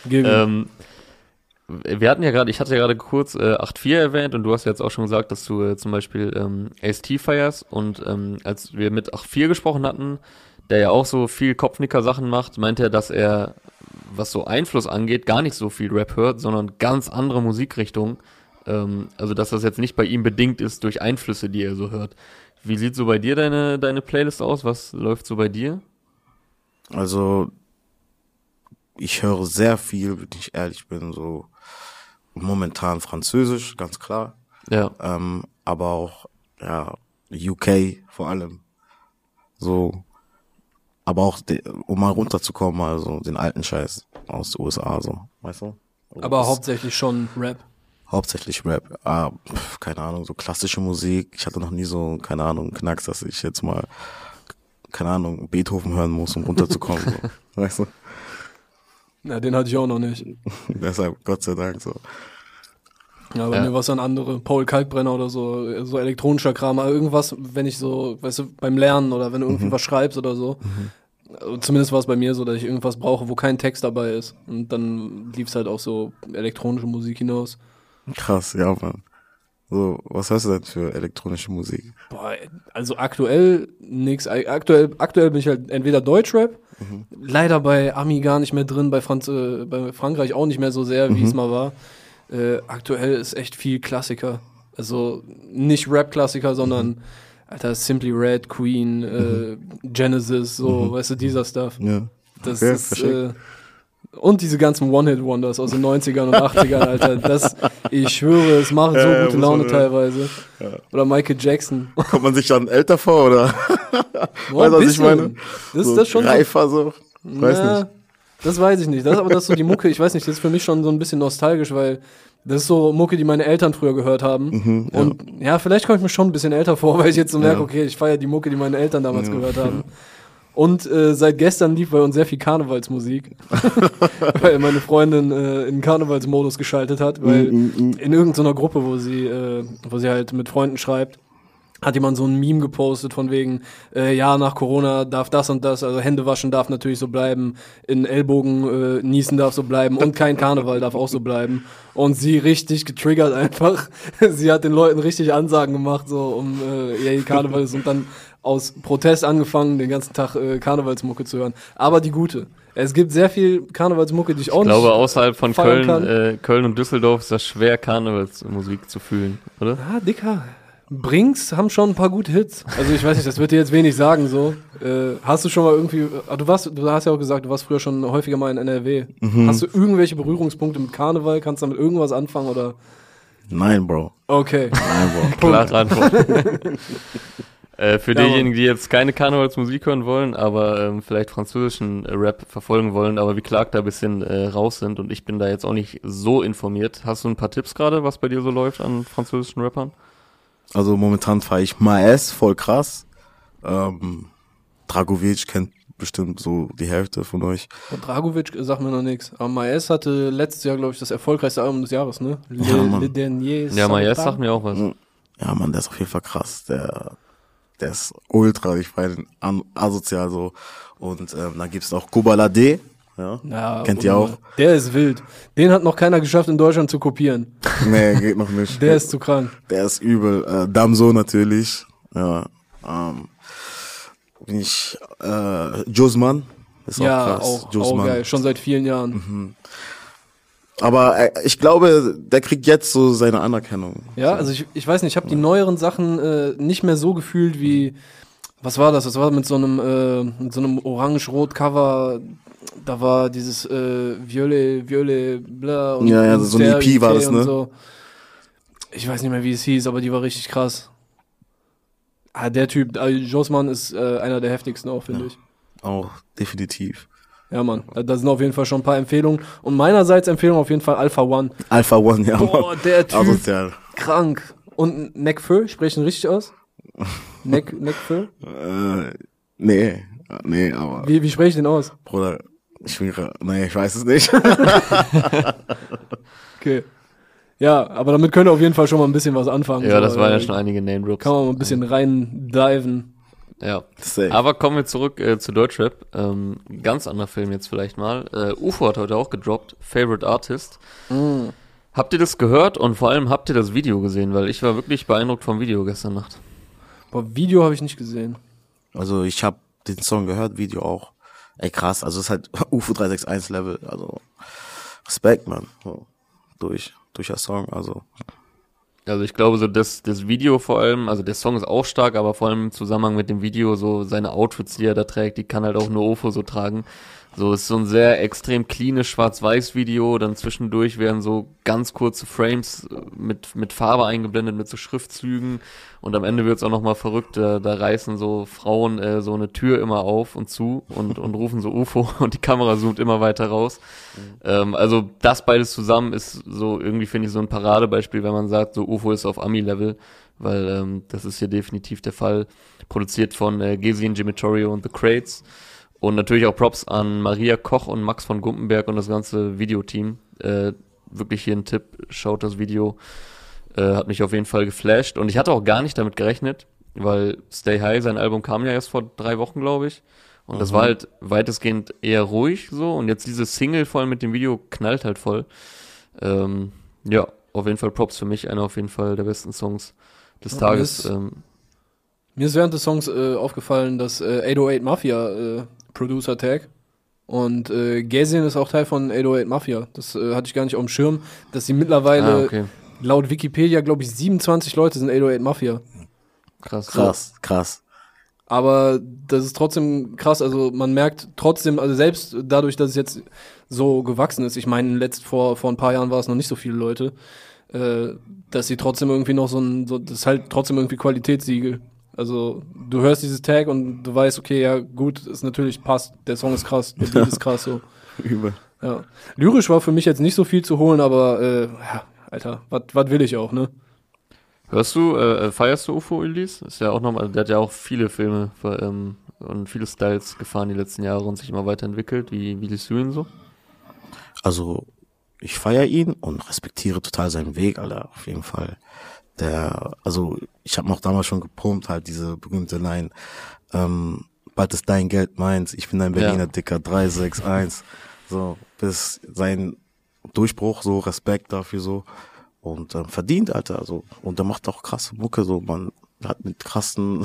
Speaker 3: Wir
Speaker 1: hatten ja gerade, ich hatte ja gerade kurz 8-4 erwähnt und du hast ja jetzt auch schon gesagt, dass du zum Beispiel Ace-T feierst und als wir mit 8-4 gesprochen hatten, der ja auch so viel Kopfnicker-Sachen macht, meinte er, dass er, was so Einfluss angeht, gar nicht so viel Rap hört, sondern ganz andere Musikrichtungen. Also dass das jetzt nicht bei ihm bedingt ist durch Einflüsse, die er so hört. Wie sieht so bei dir deine Playlist aus? Was läuft so bei dir?
Speaker 2: Also ich höre sehr viel, wenn ich ehrlich bin, so momentan Französisch, ganz klar.
Speaker 1: Ja.
Speaker 2: Aber auch UK vor allem. So, aber auch um mal runterzukommen, also den alten Scheiß aus den USA, so, weißt du?
Speaker 3: Aber hauptsächlich schon Rap.
Speaker 2: Hauptsächlich Rap. Keine Ahnung, so klassische Musik. Ich hatte noch nie so, keine Ahnung, Knacks, dass ich jetzt mal, keine Ahnung, Beethoven hören muss, um runterzukommen. So. Weißt du?
Speaker 3: Ja, den hatte ich auch noch nicht.
Speaker 2: Deshalb, Gott sei Dank, so.
Speaker 3: Ja, bei mir war es dann andere, Paul Kalkbrenner oder so elektronischer Kram, aber irgendwas, wenn ich so, weißt du, beim Lernen oder wenn du irgendwie was schreibst oder so, zumindest war es bei mir so, dass ich irgendwas brauche, wo kein Text dabei ist und dann lief es halt auch so elektronische Musik hinaus.
Speaker 2: Krass, ja, Mann. So, was hörst du denn für elektronische Musik?
Speaker 3: Boah, also aktuell nix, aktuell bin ich halt entweder Deutschrap, leider bei Ami gar nicht mehr drin, bei Frankreich auch nicht mehr so sehr, wie es mal war. Aktuell ist echt viel Klassiker. Also nicht Rap-Klassiker, sondern Alter, Simply Red, Queen, Genesis, so, weißt du, dieser Stuff.
Speaker 2: Ja.
Speaker 3: Das
Speaker 2: Okay,
Speaker 3: ist und diese ganzen One-Hit-Wonders aus den 90ern und 80ern, Alter. Ich schwöre, es macht so gute Laune teilweise. Ja. Oder Michael Jackson.
Speaker 2: Kommt man sich dann älter vor, oder?
Speaker 3: Weißt du, was ich meine? Das ist das schon
Speaker 2: reifer so? Weiß nicht.
Speaker 3: Das weiß ich nicht. Das ist so die Mucke, ich weiß nicht, das ist für mich schon so ein bisschen nostalgisch, weil das ist so Mucke, die meine Eltern früher gehört haben. Und ja, vielleicht komme ich mir schon ein bisschen älter vor, weil ich jetzt so merke, okay, ich feiere die Mucke, die meine Eltern damals gehört haben. Und seit gestern lief bei uns sehr viel Karnevalsmusik, weil meine Freundin in Karnevalsmodus geschaltet hat, weil in irgendeiner Gruppe, wo sie halt mit Freunden schreibt, hat jemand so ein Meme gepostet von wegen, nach Corona darf das und das, also Hände waschen darf natürlich so bleiben, in Ellbogen niesen darf so bleiben und kein Karneval darf auch so bleiben. Und sie richtig getriggert einfach. Sie hat den Leuten richtig Ansagen gemacht, so Karneval ist, und dann aus Protest angefangen, den ganzen Tag Karnevalsmucke zu hören. Aber die gute. Es gibt sehr viel Karnevalsmucke, die ich auch nicht.
Speaker 1: Ich glaube, außerhalb von
Speaker 3: Köln
Speaker 1: und Düsseldorf ist das schwer, Karnevalsmusik zu fühlen, oder?
Speaker 3: Ah, Dicker. Brings haben schon ein paar gute Hits. Also ich weiß nicht, das wird dir jetzt wenig sagen, so. Hast du schon mal irgendwie, du hast ja auch gesagt, du warst früher schon häufiger mal in NRW. Hast du irgendwelche Berührungspunkte mit Karneval? Kannst du damit irgendwas anfangen, oder?
Speaker 2: Nein, Bro.
Speaker 3: Okay.
Speaker 2: Nein, Bro.
Speaker 1: Klare Antwort. Für diejenigen, die jetzt keine Karnevalsmusik hören wollen, aber vielleicht französischen Rap verfolgen wollen, aber wie Clark da ein bisschen raus sind und ich bin da jetzt auch nicht so informiert. Hast du ein paar Tipps gerade, was bei dir so läuft an französischen Rappern?
Speaker 2: Also momentan fahre ich Maes, voll krass. Dragovic kennt bestimmt so die Hälfte von euch.
Speaker 3: Und Dragovic sagt mir noch nichts. Aber Maes hatte letztes Jahr, glaube ich, das erfolgreichste Album des Jahres, ne?
Speaker 2: Le
Speaker 3: Dernier
Speaker 1: ja, Maes sagt mir auch was.
Speaker 2: Ja, Mann, der ist auf jeden Fall krass. Der ist ultra, ich feiere den asozial so. Und dann gibt's auch Kobalade. Ja, kennt ihr auch?
Speaker 3: Der ist wild. Den hat noch keiner geschafft, in Deutschland zu kopieren.
Speaker 2: Nee, geht noch nicht.
Speaker 3: Der ist zu krank.
Speaker 2: Der ist übel. Damso natürlich. Ja. Josman. Ist auch krass.
Speaker 3: Auch geil. Schon seit vielen Jahren.
Speaker 2: Aber ich glaube, der kriegt jetzt so seine Anerkennung.
Speaker 3: Ja,
Speaker 2: so.
Speaker 3: also ich weiß nicht, ich habe die neueren Sachen nicht mehr so gefühlt wie, was war das? Das war mit so einem orange-rot-Cover. Da war dieses Violet, bla und
Speaker 2: ja, so eine EP war das, ne?
Speaker 3: So. Ich weiß nicht mehr, wie es hieß, aber die war richtig krass. Der Typ, Josman ist einer der heftigsten auch, finde ich.
Speaker 2: Auch, definitiv.
Speaker 3: Ja, Mann, da sind auf jeden Fall schon ein paar Empfehlungen. Und meinerseits Empfehlung auf jeden Fall Alpha One.
Speaker 2: Alpha One, ja.
Speaker 3: Boah,
Speaker 2: Mann.
Speaker 3: der Typ,
Speaker 2: Asozial.
Speaker 3: krank. Und Nekfeu, sprechen richtig aus? Nekfeu?
Speaker 2: Nee, aber...
Speaker 3: Wie spreche ich den aus?
Speaker 2: Bruder, ich weiß es nicht.
Speaker 3: Okay. Ja, aber damit könnt ihr auf jeden Fall schon mal ein bisschen was anfangen.
Speaker 1: Ja,
Speaker 3: so,
Speaker 1: das waren ja schon einige Name-Drops.
Speaker 3: Kann man mal ein bisschen rein diven.
Speaker 1: Ja,
Speaker 2: Safe.
Speaker 1: aber kommen wir zurück zu Deutschrap. Ganz anderer Film jetzt vielleicht mal. UFO hat heute auch gedroppt, Favorite Artist. Habt ihr das gehört und vor allem habt ihr das Video gesehen? Weil ich war wirklich beeindruckt vom Video gestern Nacht.
Speaker 3: Boah, Video habe ich nicht gesehen.
Speaker 2: Also ich habe den Song gehört, Video auch. Ey, krass, also es ist halt UFO 361 Level, also Respekt, man. So, durch der Song, also.
Speaker 1: Also ich glaube so, das Video vor allem, also der Song ist auch stark, aber vor allem im Zusammenhang mit dem Video, so seine Outfits, die er da trägt, die kann halt auch nur UFO so tragen. So ist so ein sehr extrem cleanes Schwarz-Weiß-Video, dann zwischendurch werden so ganz kurze Frames mit Farbe eingeblendet, mit so Schriftzügen und am Ende wird's auch nochmal verrückt, da reißen so Frauen so eine Tür immer auf und zu und rufen so UFO und die Kamera zoomt immer weiter raus. Also das beides zusammen ist so irgendwie, finde ich, so ein Paradebeispiel, wenn man sagt, so UFO ist auf Ami-Level, weil das ist hier definitiv der Fall. Produziert von Gesine Gimitorio und The Crates. Und natürlich auch Props an Maria Koch und Max von Gumpenberg und das ganze Videoteam. Wirklich hier ein Tipp, schaut das Video. Hat mich auf jeden Fall geflasht. Und ich hatte auch gar nicht damit gerechnet, weil Stay High, sein Album kam ja erst vor 3 Wochen, glaube ich. Und das war halt weitestgehend eher ruhig so. Und jetzt diese Single vor allem mit dem Video knallt halt voll. Ja, auf jeden Fall Props für mich. Einer auf jeden Fall der besten Songs des Tages.
Speaker 3: Mir ist während des Songs aufgefallen, dass 808 Mafia Producer Tag und Gesine ist auch Teil von 808 Mafia. Das hatte ich gar nicht auf dem Schirm, dass sie mittlerweile laut Wikipedia, glaube ich, 27 Leute sind 808 Mafia.
Speaker 2: Krass.
Speaker 3: Aber das ist trotzdem krass, also man merkt trotzdem, also selbst dadurch, dass es jetzt so gewachsen ist, ich meine, vor ein paar Jahren war es noch nicht so viele Leute, dass sie trotzdem irgendwie noch das ist halt trotzdem irgendwie Qualitätssiegel. Also du hörst dieses Tag und du weißt, okay, ja gut, ist natürlich passt, der Song ist krass, der Beat ist krass so.
Speaker 2: Übel.
Speaker 3: Ja. Lyrisch war für mich jetzt nicht so viel zu holen, aber ja, Alter, was will ich auch, ne?
Speaker 1: Hörst du, feierst du UFO, Elise? Ist ja auch nochmal, der hat ja auch viele Filme und viele Styles gefahren die letzten Jahre und sich immer weiterentwickelt. Wie liest du ihn so?
Speaker 2: Also, ich feiere ihn und respektiere total seinen Weg, Alter, auf jeden Fall. Ich habe noch damals schon gepumpt, halt diese berühmte Line, bald ist dein Geld meins, ich bin ein Berliner Dicker 361, so, bis sein Durchbruch, so, Respekt dafür, so, und verdient, Alter, also, und der macht auch krasse Mucke, so, man hat mit krassen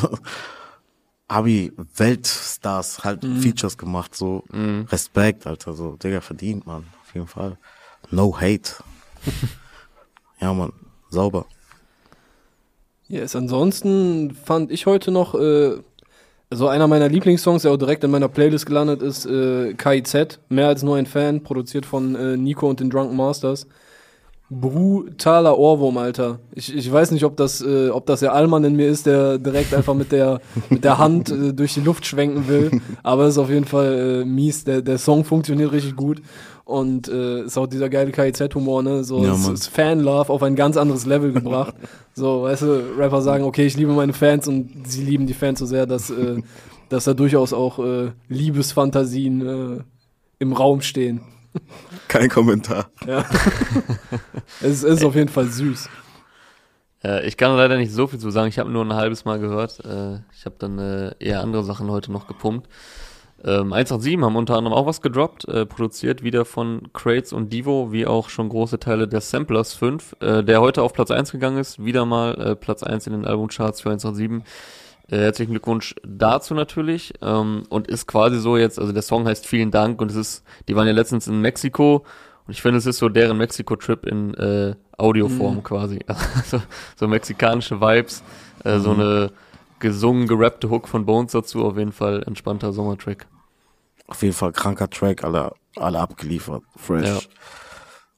Speaker 2: Weltstars halt Features gemacht, so, Respekt, Alter, so, Digga, verdient, man, auf jeden Fall, no hate. Ja, man, sauber.
Speaker 3: Yes, ansonsten fand ich heute noch, also einer meiner Lieblingssongs, der auch direkt in meiner Playlist gelandet ist, KIZ, mehr als nur ein Fan, produziert von Nico und den Drunken Masters. Brutaler Ohrwurm, Alter. Ich weiß nicht, ob das der Allmann in mir ist, der direkt einfach mit der Hand durch die Luft schwenken will, aber es ist auf jeden Fall mies. Der Song funktioniert richtig gut. Und ist auch dieser geile KIZ-Humor, ne? So, ja, es ist Fan-Love auf ein ganz anderes Level gebracht. So, weißt du, Rapper sagen, okay, ich liebe meine Fans und sie lieben die Fans so sehr, dass da durchaus auch Liebesfantasien im Raum stehen.
Speaker 2: Kein Kommentar.
Speaker 3: Ja. Es ist auf jeden Fall süß.
Speaker 1: Ich kann leider nicht so viel zu sagen. Ich habe nur ein halbes Mal gehört. Ich habe dann eher andere Sachen heute noch gepumpt. 187 haben unter anderem auch was gedroppt, produziert wieder von Crates und Devo, wie auch schon große Teile der Samplers 5, der heute auf Platz 1 gegangen ist, wieder mal Platz 1 in den Albumcharts für 187. Herzlichen Glückwunsch dazu natürlich, und ist quasi so jetzt, also der Song heißt Vielen Dank und die waren ja letztens in Mexiko und ich finde, es ist so deren Mexiko-Trip in Audioform quasi, also, so mexikanische Vibes, so eine gesungen, gerappte Hook von Bones dazu, auf jeden Fall entspannter Sommertrack.
Speaker 2: Auf jeden Fall kranker Track, alle abgeliefert, fresh. Ja.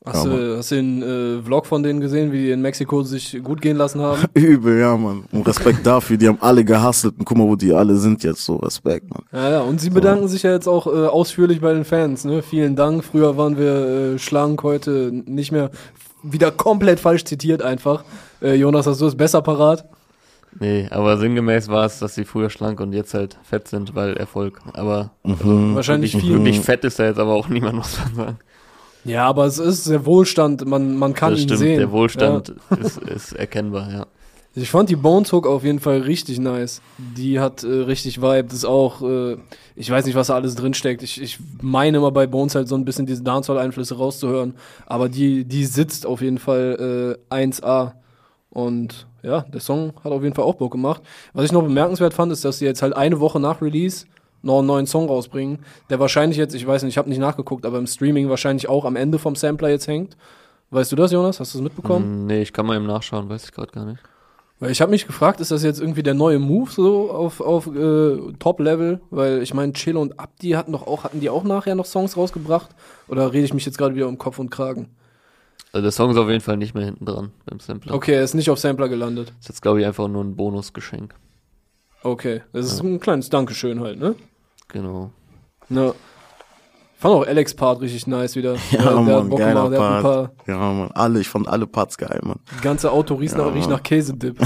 Speaker 3: Hast du den Vlog von denen gesehen, wie die in Mexiko sich gut gehen lassen haben?
Speaker 2: Übel, ja, Mann. Und Respekt dafür, die haben alle gehustelt. Und guck mal, wo die alle sind jetzt, so Respekt, Mann.
Speaker 3: Ja, und sie bedanken sich ja jetzt auch ausführlich bei den Fans, ne? Vielen Dank. Früher waren wir schlank, heute nicht mehr. Wieder komplett falsch zitiert einfach. Jonas, hast du es besser parat?
Speaker 1: Nee, aber sinngemäß war es, dass sie früher schlank und jetzt halt fett sind, weil Erfolg. Aber
Speaker 3: Wahrscheinlich
Speaker 1: wirklich fett ist da jetzt aber auch niemand, muss man sagen.
Speaker 3: Ja, aber es ist der Wohlstand, man kann
Speaker 1: Das
Speaker 3: ihn
Speaker 1: stimmt,
Speaker 3: sehen.
Speaker 1: der Wohlstand ist erkennbar, ja.
Speaker 3: Ich fand die Bones Hook auf jeden Fall richtig nice. Die hat richtig Vibe. Das ist auch, ich weiß nicht, was da alles drinsteckt. Ich meine immer bei Bones halt so ein bisschen diese Dancehall-Einflüsse rauszuhören. Aber die sitzt auf jeden Fall 1A. Und ja, der Song hat auf jeden Fall auch Bock gemacht. Was ich noch bemerkenswert fand, ist, dass sie jetzt halt eine Woche nach Release noch einen neuen Song rausbringen, der wahrscheinlich jetzt, ich weiß nicht, ich habe nicht nachgeguckt, aber im Streaming wahrscheinlich auch am Ende vom Sampler jetzt hängt. Weißt du das, Jonas? Hast du das mitbekommen?
Speaker 1: Nee, ich kann mal eben nachschauen, weiß ich gerade gar nicht.
Speaker 3: Weil ich habe mich gefragt, ist das jetzt irgendwie der neue Move so auf Top-Level? Weil ich meine, Chill und Abdi hatten die auch nachher noch Songs rausgebracht? Oder rede ich mich jetzt gerade wieder um Kopf und Kragen?
Speaker 1: Also der Song ist auf jeden Fall nicht mehr hinten dran beim Sampler.
Speaker 3: Okay, er ist nicht auf Sampler gelandet.
Speaker 1: Ist jetzt, glaube ich, einfach nur ein Bonusgeschenk.
Speaker 3: Okay, das ist ein kleines Dankeschön halt, ne?
Speaker 1: Genau.
Speaker 3: Ja. Ich fand auch Alex Part richtig nice wieder.
Speaker 2: Ja,
Speaker 3: der
Speaker 2: Mann,
Speaker 3: hat Bock
Speaker 2: geiler
Speaker 3: gemacht, der hat ein paar,
Speaker 2: Part. Ja, Mann, ich fand alle Parts geil, Mann.
Speaker 3: das ganze Auto riecht nach Käsedip.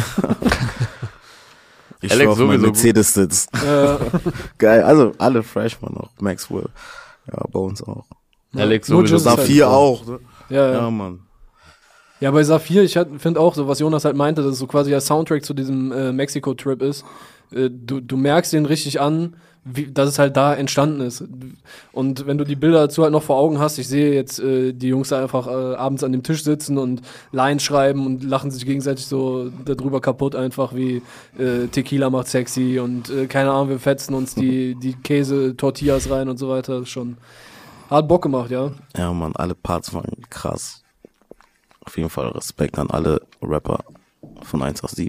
Speaker 2: Ich
Speaker 1: Alex
Speaker 2: schwör auf meinen
Speaker 1: sowieso
Speaker 2: Mercedes-Sitz. Geil, also alle fresh, Mann, auch Maxwell. Ja, bei uns auch.
Speaker 1: Alex
Speaker 3: nur
Speaker 1: sowieso.
Speaker 3: Just halt
Speaker 2: Saphir
Speaker 3: so.
Speaker 2: auch, ne?
Speaker 3: Ja.
Speaker 2: Ja, Mann.
Speaker 3: Ja, bei Saphir, ich finde auch so, was Jonas halt meinte, dass es so quasi der Soundtrack zu diesem Mexiko-Trip ist. Du merkst den richtig an, dass es halt da entstanden ist. Und wenn du die Bilder dazu halt noch vor Augen hast, ich sehe jetzt die Jungs da einfach abends an dem Tisch sitzen und Lines schreiben und lachen sich gegenseitig so darüber kaputt, einfach wie Tequila macht sexy und keine Ahnung, wir fetzen uns die Käse-Tortillas rein und so weiter. Das ist schon hat Bock gemacht, ja.
Speaker 2: Ja, Mann, alle Parts waren krass. Auf jeden Fall Respekt an alle Rapper von 187.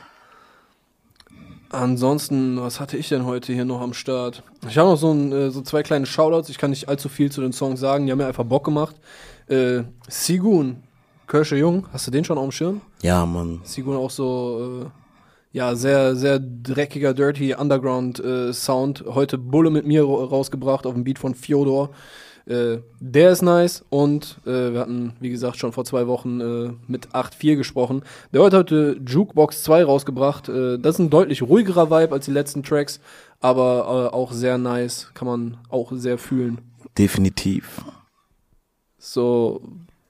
Speaker 3: Ansonsten, was hatte ich denn heute hier noch am Start? Ich habe noch so zwei kleine Shoutouts. Ich kann nicht allzu viel zu den Songs sagen. Die haben mir einfach Bock gemacht. Sigun, Kirsche Jung, hast du den schon auf dem Schirm?
Speaker 2: Ja, Mann.
Speaker 3: Sigun auch so, sehr, sehr dreckiger, dirty Underground Sound. Heute Bulle mit mir rausgebracht auf dem Beat von Fyodor. Der ist nice und wir hatten, wie gesagt, schon vor 2 Wochen mit 8.4 gesprochen. Der heute hat Jukebox 2 rausgebracht. Das ist ein deutlich ruhigerer Vibe als die letzten Tracks, aber auch sehr nice, kann man auch sehr fühlen.
Speaker 2: Definitiv.
Speaker 3: So,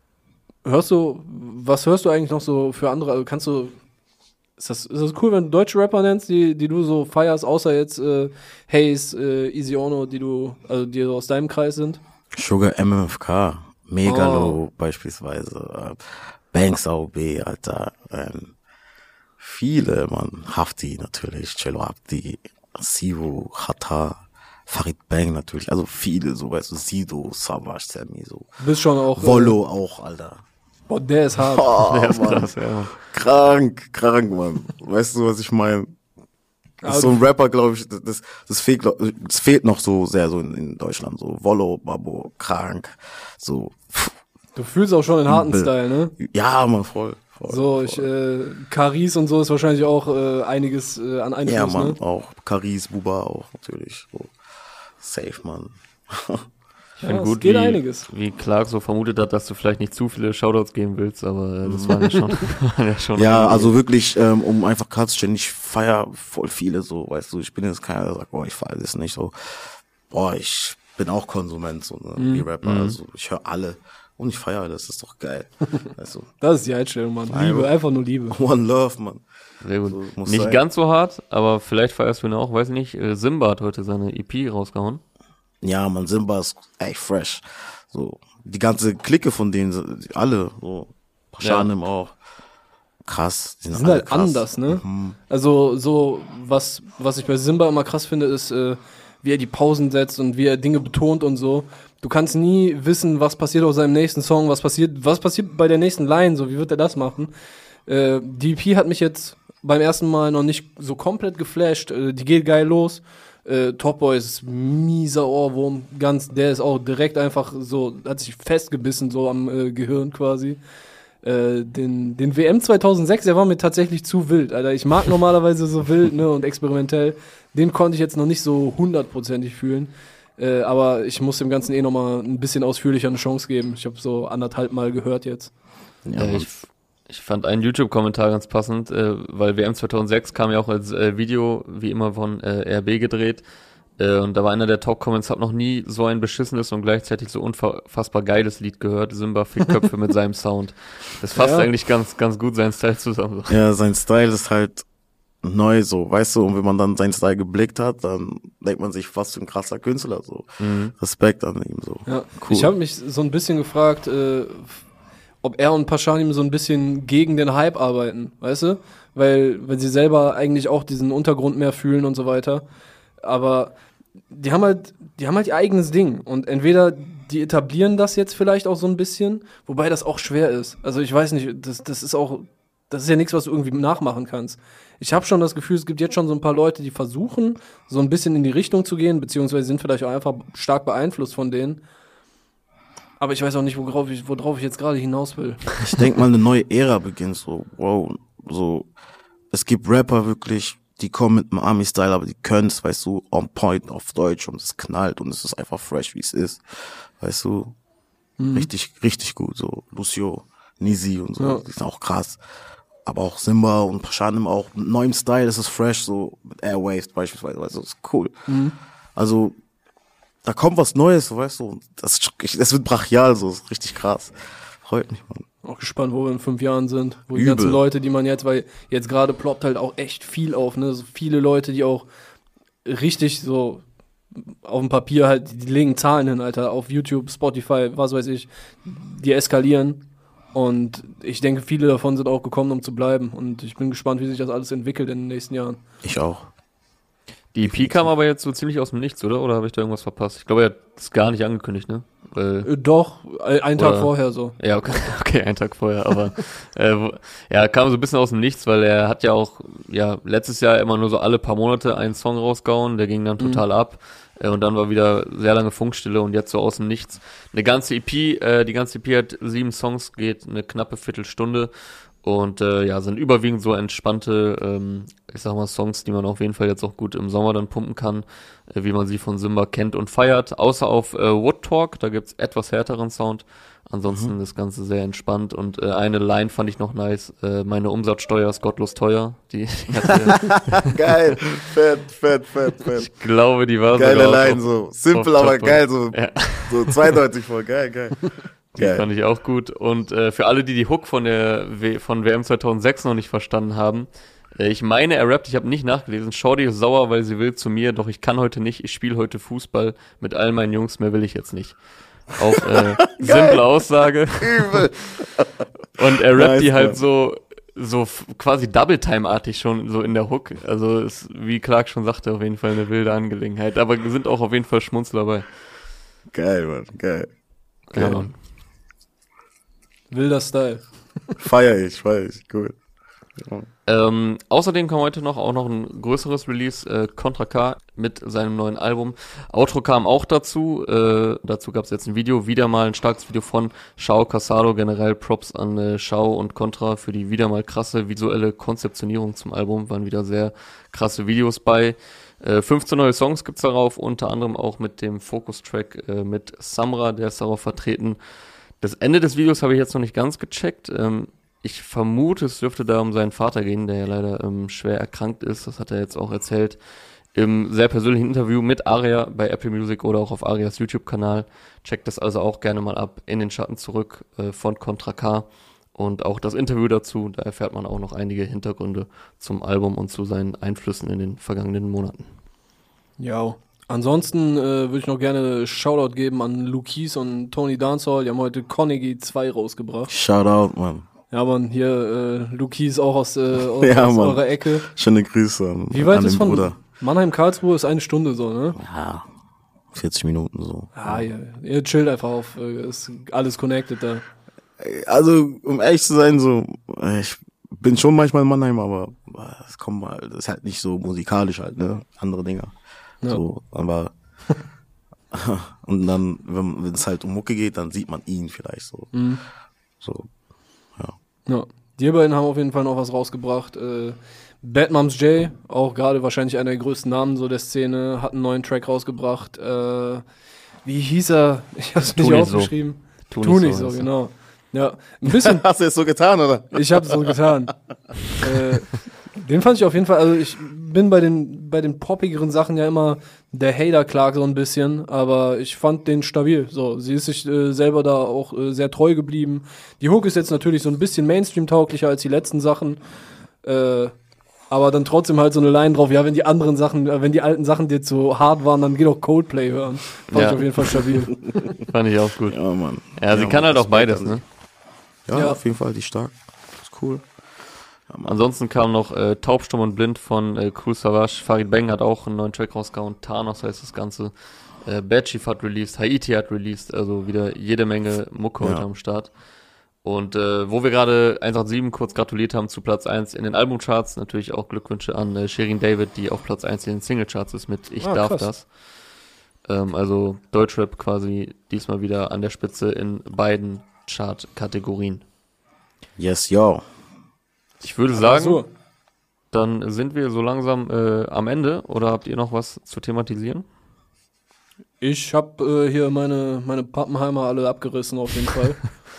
Speaker 3: was hörst du eigentlich noch so für andere? Also ist das cool, wenn du deutsche Rapper nennst, die du so feierst, außer jetzt Haze, Easy Ono, die so aus deinem Kreis sind?
Speaker 2: Sugar MFK, Megalo beispielsweise, Banks AOB, Alter, viele, man, Hafti natürlich, Cello Abdi, Sivo, Chata, Farid Bang natürlich, also viele, so, weißt du, Sido, Savage, Sammy, so.
Speaker 3: Du bist schon auch...
Speaker 2: Volo auch, Alter.
Speaker 3: Boah, der ist hart.
Speaker 2: Oh,
Speaker 1: Der ist
Speaker 2: Mann.
Speaker 1: krass, ja.
Speaker 2: Krank, Mann. Weißt du, was ich meine? Das ist so ein Rapper, glaube ich, das fehlt noch so sehr so in Deutschland, so Volo, Babo, krank, so.
Speaker 3: Du fühlst auch schon den harten Style, ne?
Speaker 2: Ja, Mann, voll.
Speaker 3: So, Caris und so ist wahrscheinlich auch einiges an Einfluss,
Speaker 2: Ja, Mann,
Speaker 3: ne?
Speaker 2: auch Caris, Buba auch natürlich. So. Safe, Mann.
Speaker 1: Ich finde
Speaker 3: es
Speaker 1: gut,
Speaker 3: geht einiges.
Speaker 1: wie Clark so vermutet hat, dass du vielleicht nicht zu viele Shoutouts geben willst, aber das waren ja schon.
Speaker 2: Ja, also wirklich, um einfach klarzustellen, ich feier voll viele so, weißt du, ich bin jetzt keiner, der sagt, boah, ich feier das nicht so. Boah, ich bin auch Konsument, so, ne, wie Rapper, also ich höre alle und ich feiere das ist doch geil, weißt du.
Speaker 3: Das ist die Einstellung, Mann. Liebe, einfach nur Liebe.
Speaker 2: One Love, Mann.
Speaker 1: Sehr gut.
Speaker 2: So, muss
Speaker 1: Nicht
Speaker 2: sein.
Speaker 1: ganz so hart, aber vielleicht feierst du ihn auch, weiß ich nicht. Simba hat heute seine EP rausgehauen.
Speaker 2: Ja, man, Simba ist echt fresh. So, die ganze Clique von denen, alle, so, Paschanim auch. Krass. Die
Speaker 3: Die sind
Speaker 2: alle
Speaker 3: halt
Speaker 2: krass.
Speaker 3: anders, ne? Also so, was ich bei Simba immer krass finde, ist, wie er die Pausen setzt und wie er Dinge betont und so. Du kannst nie wissen, was passiert auf seinem nächsten Song, was passiert bei der nächsten Line, so, wie wird er das machen? Die EP hat mich jetzt beim ersten Mal noch nicht so komplett geflasht. Die geht geil los. Top Boy ist mieser Ohrwurm, der ist auch direkt einfach so, hat sich festgebissen so am Gehirn quasi. Den WM 2006, der war mir tatsächlich zu wild, Alter. Ich mag normalerweise so wild, ne, und experimentell. Den konnte ich jetzt noch nicht so 100%ig fühlen. Aber ich muss dem Ganzen nochmal ein bisschen ausführlicher eine Chance geben. Ich habe so 1,5 Mal gehört jetzt.
Speaker 2: Ja,
Speaker 1: ich fand einen YouTube-Kommentar ganz passend, weil WM 2006 kam ja auch als Video, wie immer von RB gedreht. Und da war einer der Top-Comments, hab noch nie so ein beschissenes und gleichzeitig so unfassbar geiles Lied gehört. Simba fickt Köpfe mit seinem Sound. Das fasst eigentlich ganz, ganz gut seinen Style zusammen.
Speaker 2: Ja, sein Style ist halt neu so, weißt du, und wenn man dann seinen Style geblickt hat, dann denkt man sich, was für ein krasser Künstler, so. Respekt an ihm, so.
Speaker 3: Ja,
Speaker 2: cool.
Speaker 3: Ich habe mich so ein bisschen gefragt, ob er und Pashanim so ein bisschen gegen den Hype arbeiten, weißt du? Weil sie selber eigentlich auch diesen Untergrund mehr fühlen und so weiter. Aber die haben halt ihr eigenes Ding. Und entweder die etablieren das jetzt vielleicht auch so ein bisschen, wobei das auch schwer ist. Also ich weiß nicht, das ist ja nichts, was du irgendwie nachmachen kannst. Ich habe schon das Gefühl, es gibt jetzt schon so ein paar Leute, die versuchen, so ein bisschen in die Richtung zu gehen, beziehungsweise sind vielleicht auch einfach stark beeinflusst von denen. Aber ich weiß auch nicht, worauf ich jetzt gerade hinaus will.
Speaker 2: Ich denke mal, eine neue Ära beginnt, so, wow, so, es gibt Rapper wirklich, die kommen mit einem Army-Style, aber die können's, weißt du, on point auf Deutsch und es knallt und es ist einfach fresh, wie es ist, weißt du, richtig, richtig gut, so, Lucio, Nizi und so, die sind auch krass, aber auch Simba und Pashanim auch mit neuem Style, es ist fresh, so, mit Airwaves beispielsweise, weißt du, das ist cool, also, da kommt was Neues, weißt du, und das wird brachial, so, das ist richtig krass, freut mich, Mann.
Speaker 3: Auch gespannt, wo wir in 5 Jahren sind. Wo die ganzen Leute, die man weil jetzt gerade ploppt halt auch echt viel auf, ne? So viele Leute, die auch richtig so auf dem Papier halt, die legen Zahlen hin, Alter, auf YouTube, Spotify, was weiß ich, die eskalieren. Und ich denke, viele davon sind auch gekommen, um zu bleiben. Und ich bin gespannt, wie sich das alles entwickelt in den nächsten Jahren.
Speaker 2: Ich auch.
Speaker 1: Die EP kam aber jetzt so ziemlich aus dem Nichts, oder? Oder habe ich da irgendwas verpasst? Ich glaube, er hat es gar nicht angekündigt, ne?
Speaker 3: Doch, einen Tag vorher so.
Speaker 1: Ja, okay, einen Tag vorher, aber kam so ein bisschen aus dem Nichts, weil er hat ja auch letztes Jahr immer nur so alle paar Monate einen Song rausgehauen, der ging dann total ab und dann war wieder sehr lange Funkstille und jetzt so aus dem Nichts. Eine ganze EP, die ganze EP hat 7 Songs, geht eine knappe Viertelstunde und sind überwiegend so entspannte, ich sag mal, Songs, die man auf jeden Fall jetzt auch gut im Sommer dann pumpen kann, wie man sie von Simba kennt und feiert. Außer auf Wood Talk, da gibt's etwas härteren Sound. Ansonsten das Ganze sehr entspannt und eine Line fand ich noch nice. Meine Umsatzsteuer ist gottlos teuer. Die hat,
Speaker 2: Geil, fett.
Speaker 1: Ich glaube, die war
Speaker 2: geile
Speaker 1: sogar
Speaker 2: Line, so simpel, aber geil, so zweideutig voll, geil.
Speaker 1: Die fand ich auch gut. Und für alle, die Hook von WM 2006 noch nicht verstanden haben, ich meine, er rappt, ich habe nicht nachgelesen, Shorty ist sauer, weil sie will zu mir, doch ich kann heute nicht, ich spiele heute Fußball mit all meinen Jungs, mehr will ich jetzt nicht. Auch simple Aussage.
Speaker 2: Übel.
Speaker 1: Und er rappt die halt so quasi Double-Time-artig schon so in der Hook. Also ist, wie Clark schon sagte, auf jeden Fall eine wilde Angelegenheit. Aber sind auch auf jeden Fall Schmunzler dabei.
Speaker 2: Geil, Mann, geil.
Speaker 1: Ja, Mann.
Speaker 3: Wilder Style.
Speaker 2: Feier ich, cool.
Speaker 1: Außerdem kam heute auch noch ein größeres Release, Contra K mit seinem neuen Album. Outro kam auch dazu. Dazu gab es jetzt ein Video, wieder mal ein starkes Video von Shao Casado. Generell Props an Shao und Contra für die wieder mal krasse visuelle Konzeptionierung zum Album. Waren wieder sehr krasse Videos bei. 15 neue Songs gibt's darauf, unter anderem auch mit dem Focus-Track mit Samra, der ist darauf vertreten. Das Ende des Videos habe ich jetzt noch nicht ganz gecheckt. Ich vermute, es dürfte da um seinen Vater gehen, der ja leider schwer erkrankt ist. Das hat er jetzt auch erzählt im sehr persönlichen Interview mit Aria bei Apple Music oder auch auf Arias YouTube-Kanal. Checkt das also auch gerne mal ab. In den Schatten zurück von Contra K. Und auch das Interview dazu, da erfährt man auch noch einige Hintergründe zum Album und zu seinen Einflüssen in den vergangenen Monaten.
Speaker 3: Ja, ansonsten würde ich noch gerne Shoutout geben an Lukis und Tony Dancehall. Die haben heute Carnegie 2 rausgebracht.
Speaker 2: Shoutout, Mann.
Speaker 3: Ja, Mann, hier Lukis auch aus eurer Ecke.
Speaker 2: Schöne Grüße an,
Speaker 3: Wie weit
Speaker 2: an
Speaker 3: ist
Speaker 2: den
Speaker 3: von
Speaker 2: Bruder.
Speaker 3: Mannheim-Karlsruhe? Ist 1 Stunde so, ne?
Speaker 2: Ja, 40 Minuten so.
Speaker 3: Ah, ja, ihr chillt einfach auf, ist alles connected da.
Speaker 2: Also, um ehrlich zu sein, so, ich bin schon manchmal in Mannheim, aber es kommt mal, das ist halt nicht so musikalisch halt, ne? Andere Dinger.
Speaker 3: Ja.
Speaker 2: So, aber und dann, wenn es halt um Mucke geht, dann sieht man ihn vielleicht so. So,
Speaker 3: Ja. Die beiden haben auf jeden Fall noch was rausgebracht. Bad Moms J, auch gerade wahrscheinlich einer der größten Namen so der Szene, hat einen neuen Track rausgebracht. Wie hieß er? Ich hab's nicht aufgeschrieben. Tu nicht so, genau. Ja, ein bisschen.
Speaker 2: Hast du es so getan, oder?
Speaker 3: Ich hab's so getan. Den fand ich auf jeden Fall, also ich bin bei den poppigeren Sachen ja immer der Hater Clark so ein bisschen, aber ich fand den stabil. So, sie ist sich selber da auch sehr treu geblieben. Die Hook ist jetzt natürlich so ein bisschen Mainstream-tauglicher als die letzten Sachen, aber dann trotzdem halt so eine Line drauf, ja, wenn die alten Sachen dir zu hart waren, dann geh doch Coldplay hören. Fand ich auf jeden Fall stabil.
Speaker 1: Fand ich auch gut.
Speaker 2: Ja, Mann.
Speaker 1: Ja, sie kann halt auch beides, ne?
Speaker 2: Ja, auf jeden Fall, die stark. Ist cool.
Speaker 1: Ansonsten kam noch Taub, Stumm und Blind von Cool Savage. Farid Bang hat auch einen neuen Track rausgehauen. Thanos heißt das Ganze. Bad Chief hat released. Haiti hat released. Also wieder jede Menge Mucke heute am Start. Und wo wir gerade 187 kurz gratuliert haben zu Platz 1 in den Albumcharts, natürlich auch Glückwünsche an Shirin David, die auf Platz 1 in den Singlecharts ist mit Ich darf
Speaker 3: krass.
Speaker 1: das. Also Deutschrap quasi diesmal wieder an der Spitze in beiden Chart-Kategorien.
Speaker 2: Yes, yo.
Speaker 1: Ich würde sagen,
Speaker 3: so.
Speaker 1: dann sind wir so langsam am Ende. Oder habt ihr noch was zu thematisieren?
Speaker 3: Ich hab hier meine Pappenheimer alle abgerissen auf jeden Fall.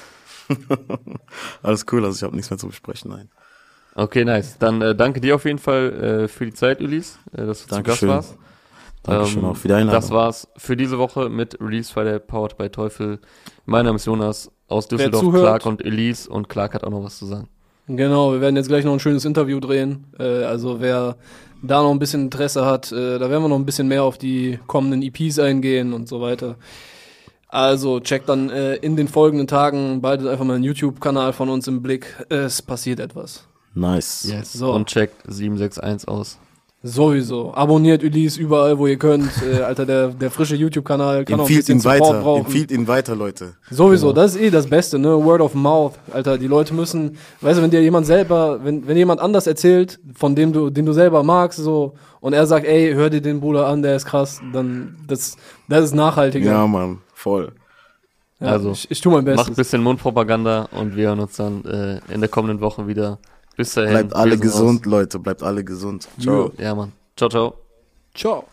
Speaker 2: Alles cool, also ich habe nichts mehr zu besprechen, nein.
Speaker 1: Okay, nice. Dann danke dir auf jeden Fall für die Zeit, Ulis, dass du
Speaker 2: Dankeschön.
Speaker 1: zu Gast warst.
Speaker 2: Dankeschön auch für die Einladung.
Speaker 1: Das war's für diese Woche mit Release Friday Powered by Teufel. Mein Name ist Jonas aus Düsseldorf,
Speaker 3: zuhört-
Speaker 1: Clark und Elise, und Clark hat auch noch was zu sagen.
Speaker 3: Genau, wir werden jetzt gleich noch ein schönes Interview drehen. Also wer da noch ein bisschen Interesse hat, da werden wir noch ein bisschen mehr auf die kommenden EPs eingehen und so weiter. Also checkt dann in den folgenden Tagen behaltet einfach mal einen YouTube-Kanal von uns im Blick. Es passiert etwas.
Speaker 2: Nice.
Speaker 1: Yes.
Speaker 3: So.
Speaker 1: Und checkt 761 aus.
Speaker 3: Sowieso. Abonniert Ulysse überall, wo ihr könnt. Alter, der frische YouTube-Kanal kann auch ein
Speaker 2: Empfiehlt
Speaker 3: bisschen
Speaker 2: ihn
Speaker 3: Support
Speaker 2: weiter.
Speaker 3: brauchen.
Speaker 2: Empfiehlt ihn weiter, Leute.
Speaker 3: Sowieso, das ist das Beste, ne? Word of Mouth. Alter, die Leute müssen, weißt du, wenn dir jemand selber, wenn jemand anders erzählt, von dem den du selber magst, so, und er sagt, ey, hör dir den Bruder an, der ist krass, dann, das ist nachhaltiger.
Speaker 2: Ja, Mann, voll.
Speaker 3: Ja,
Speaker 1: Also,
Speaker 3: ich tue mein Bestes.
Speaker 1: Macht ein bisschen Mundpropaganda und wir hören uns dann in der kommenden Woche wieder. Bis dahin.
Speaker 2: Bleibt alle
Speaker 1: wir sind
Speaker 2: gesund, Leute. Bleibt alle gesund. Ciao.
Speaker 1: raus. Ja, Mann. Ciao, ciao.
Speaker 3: Ciao.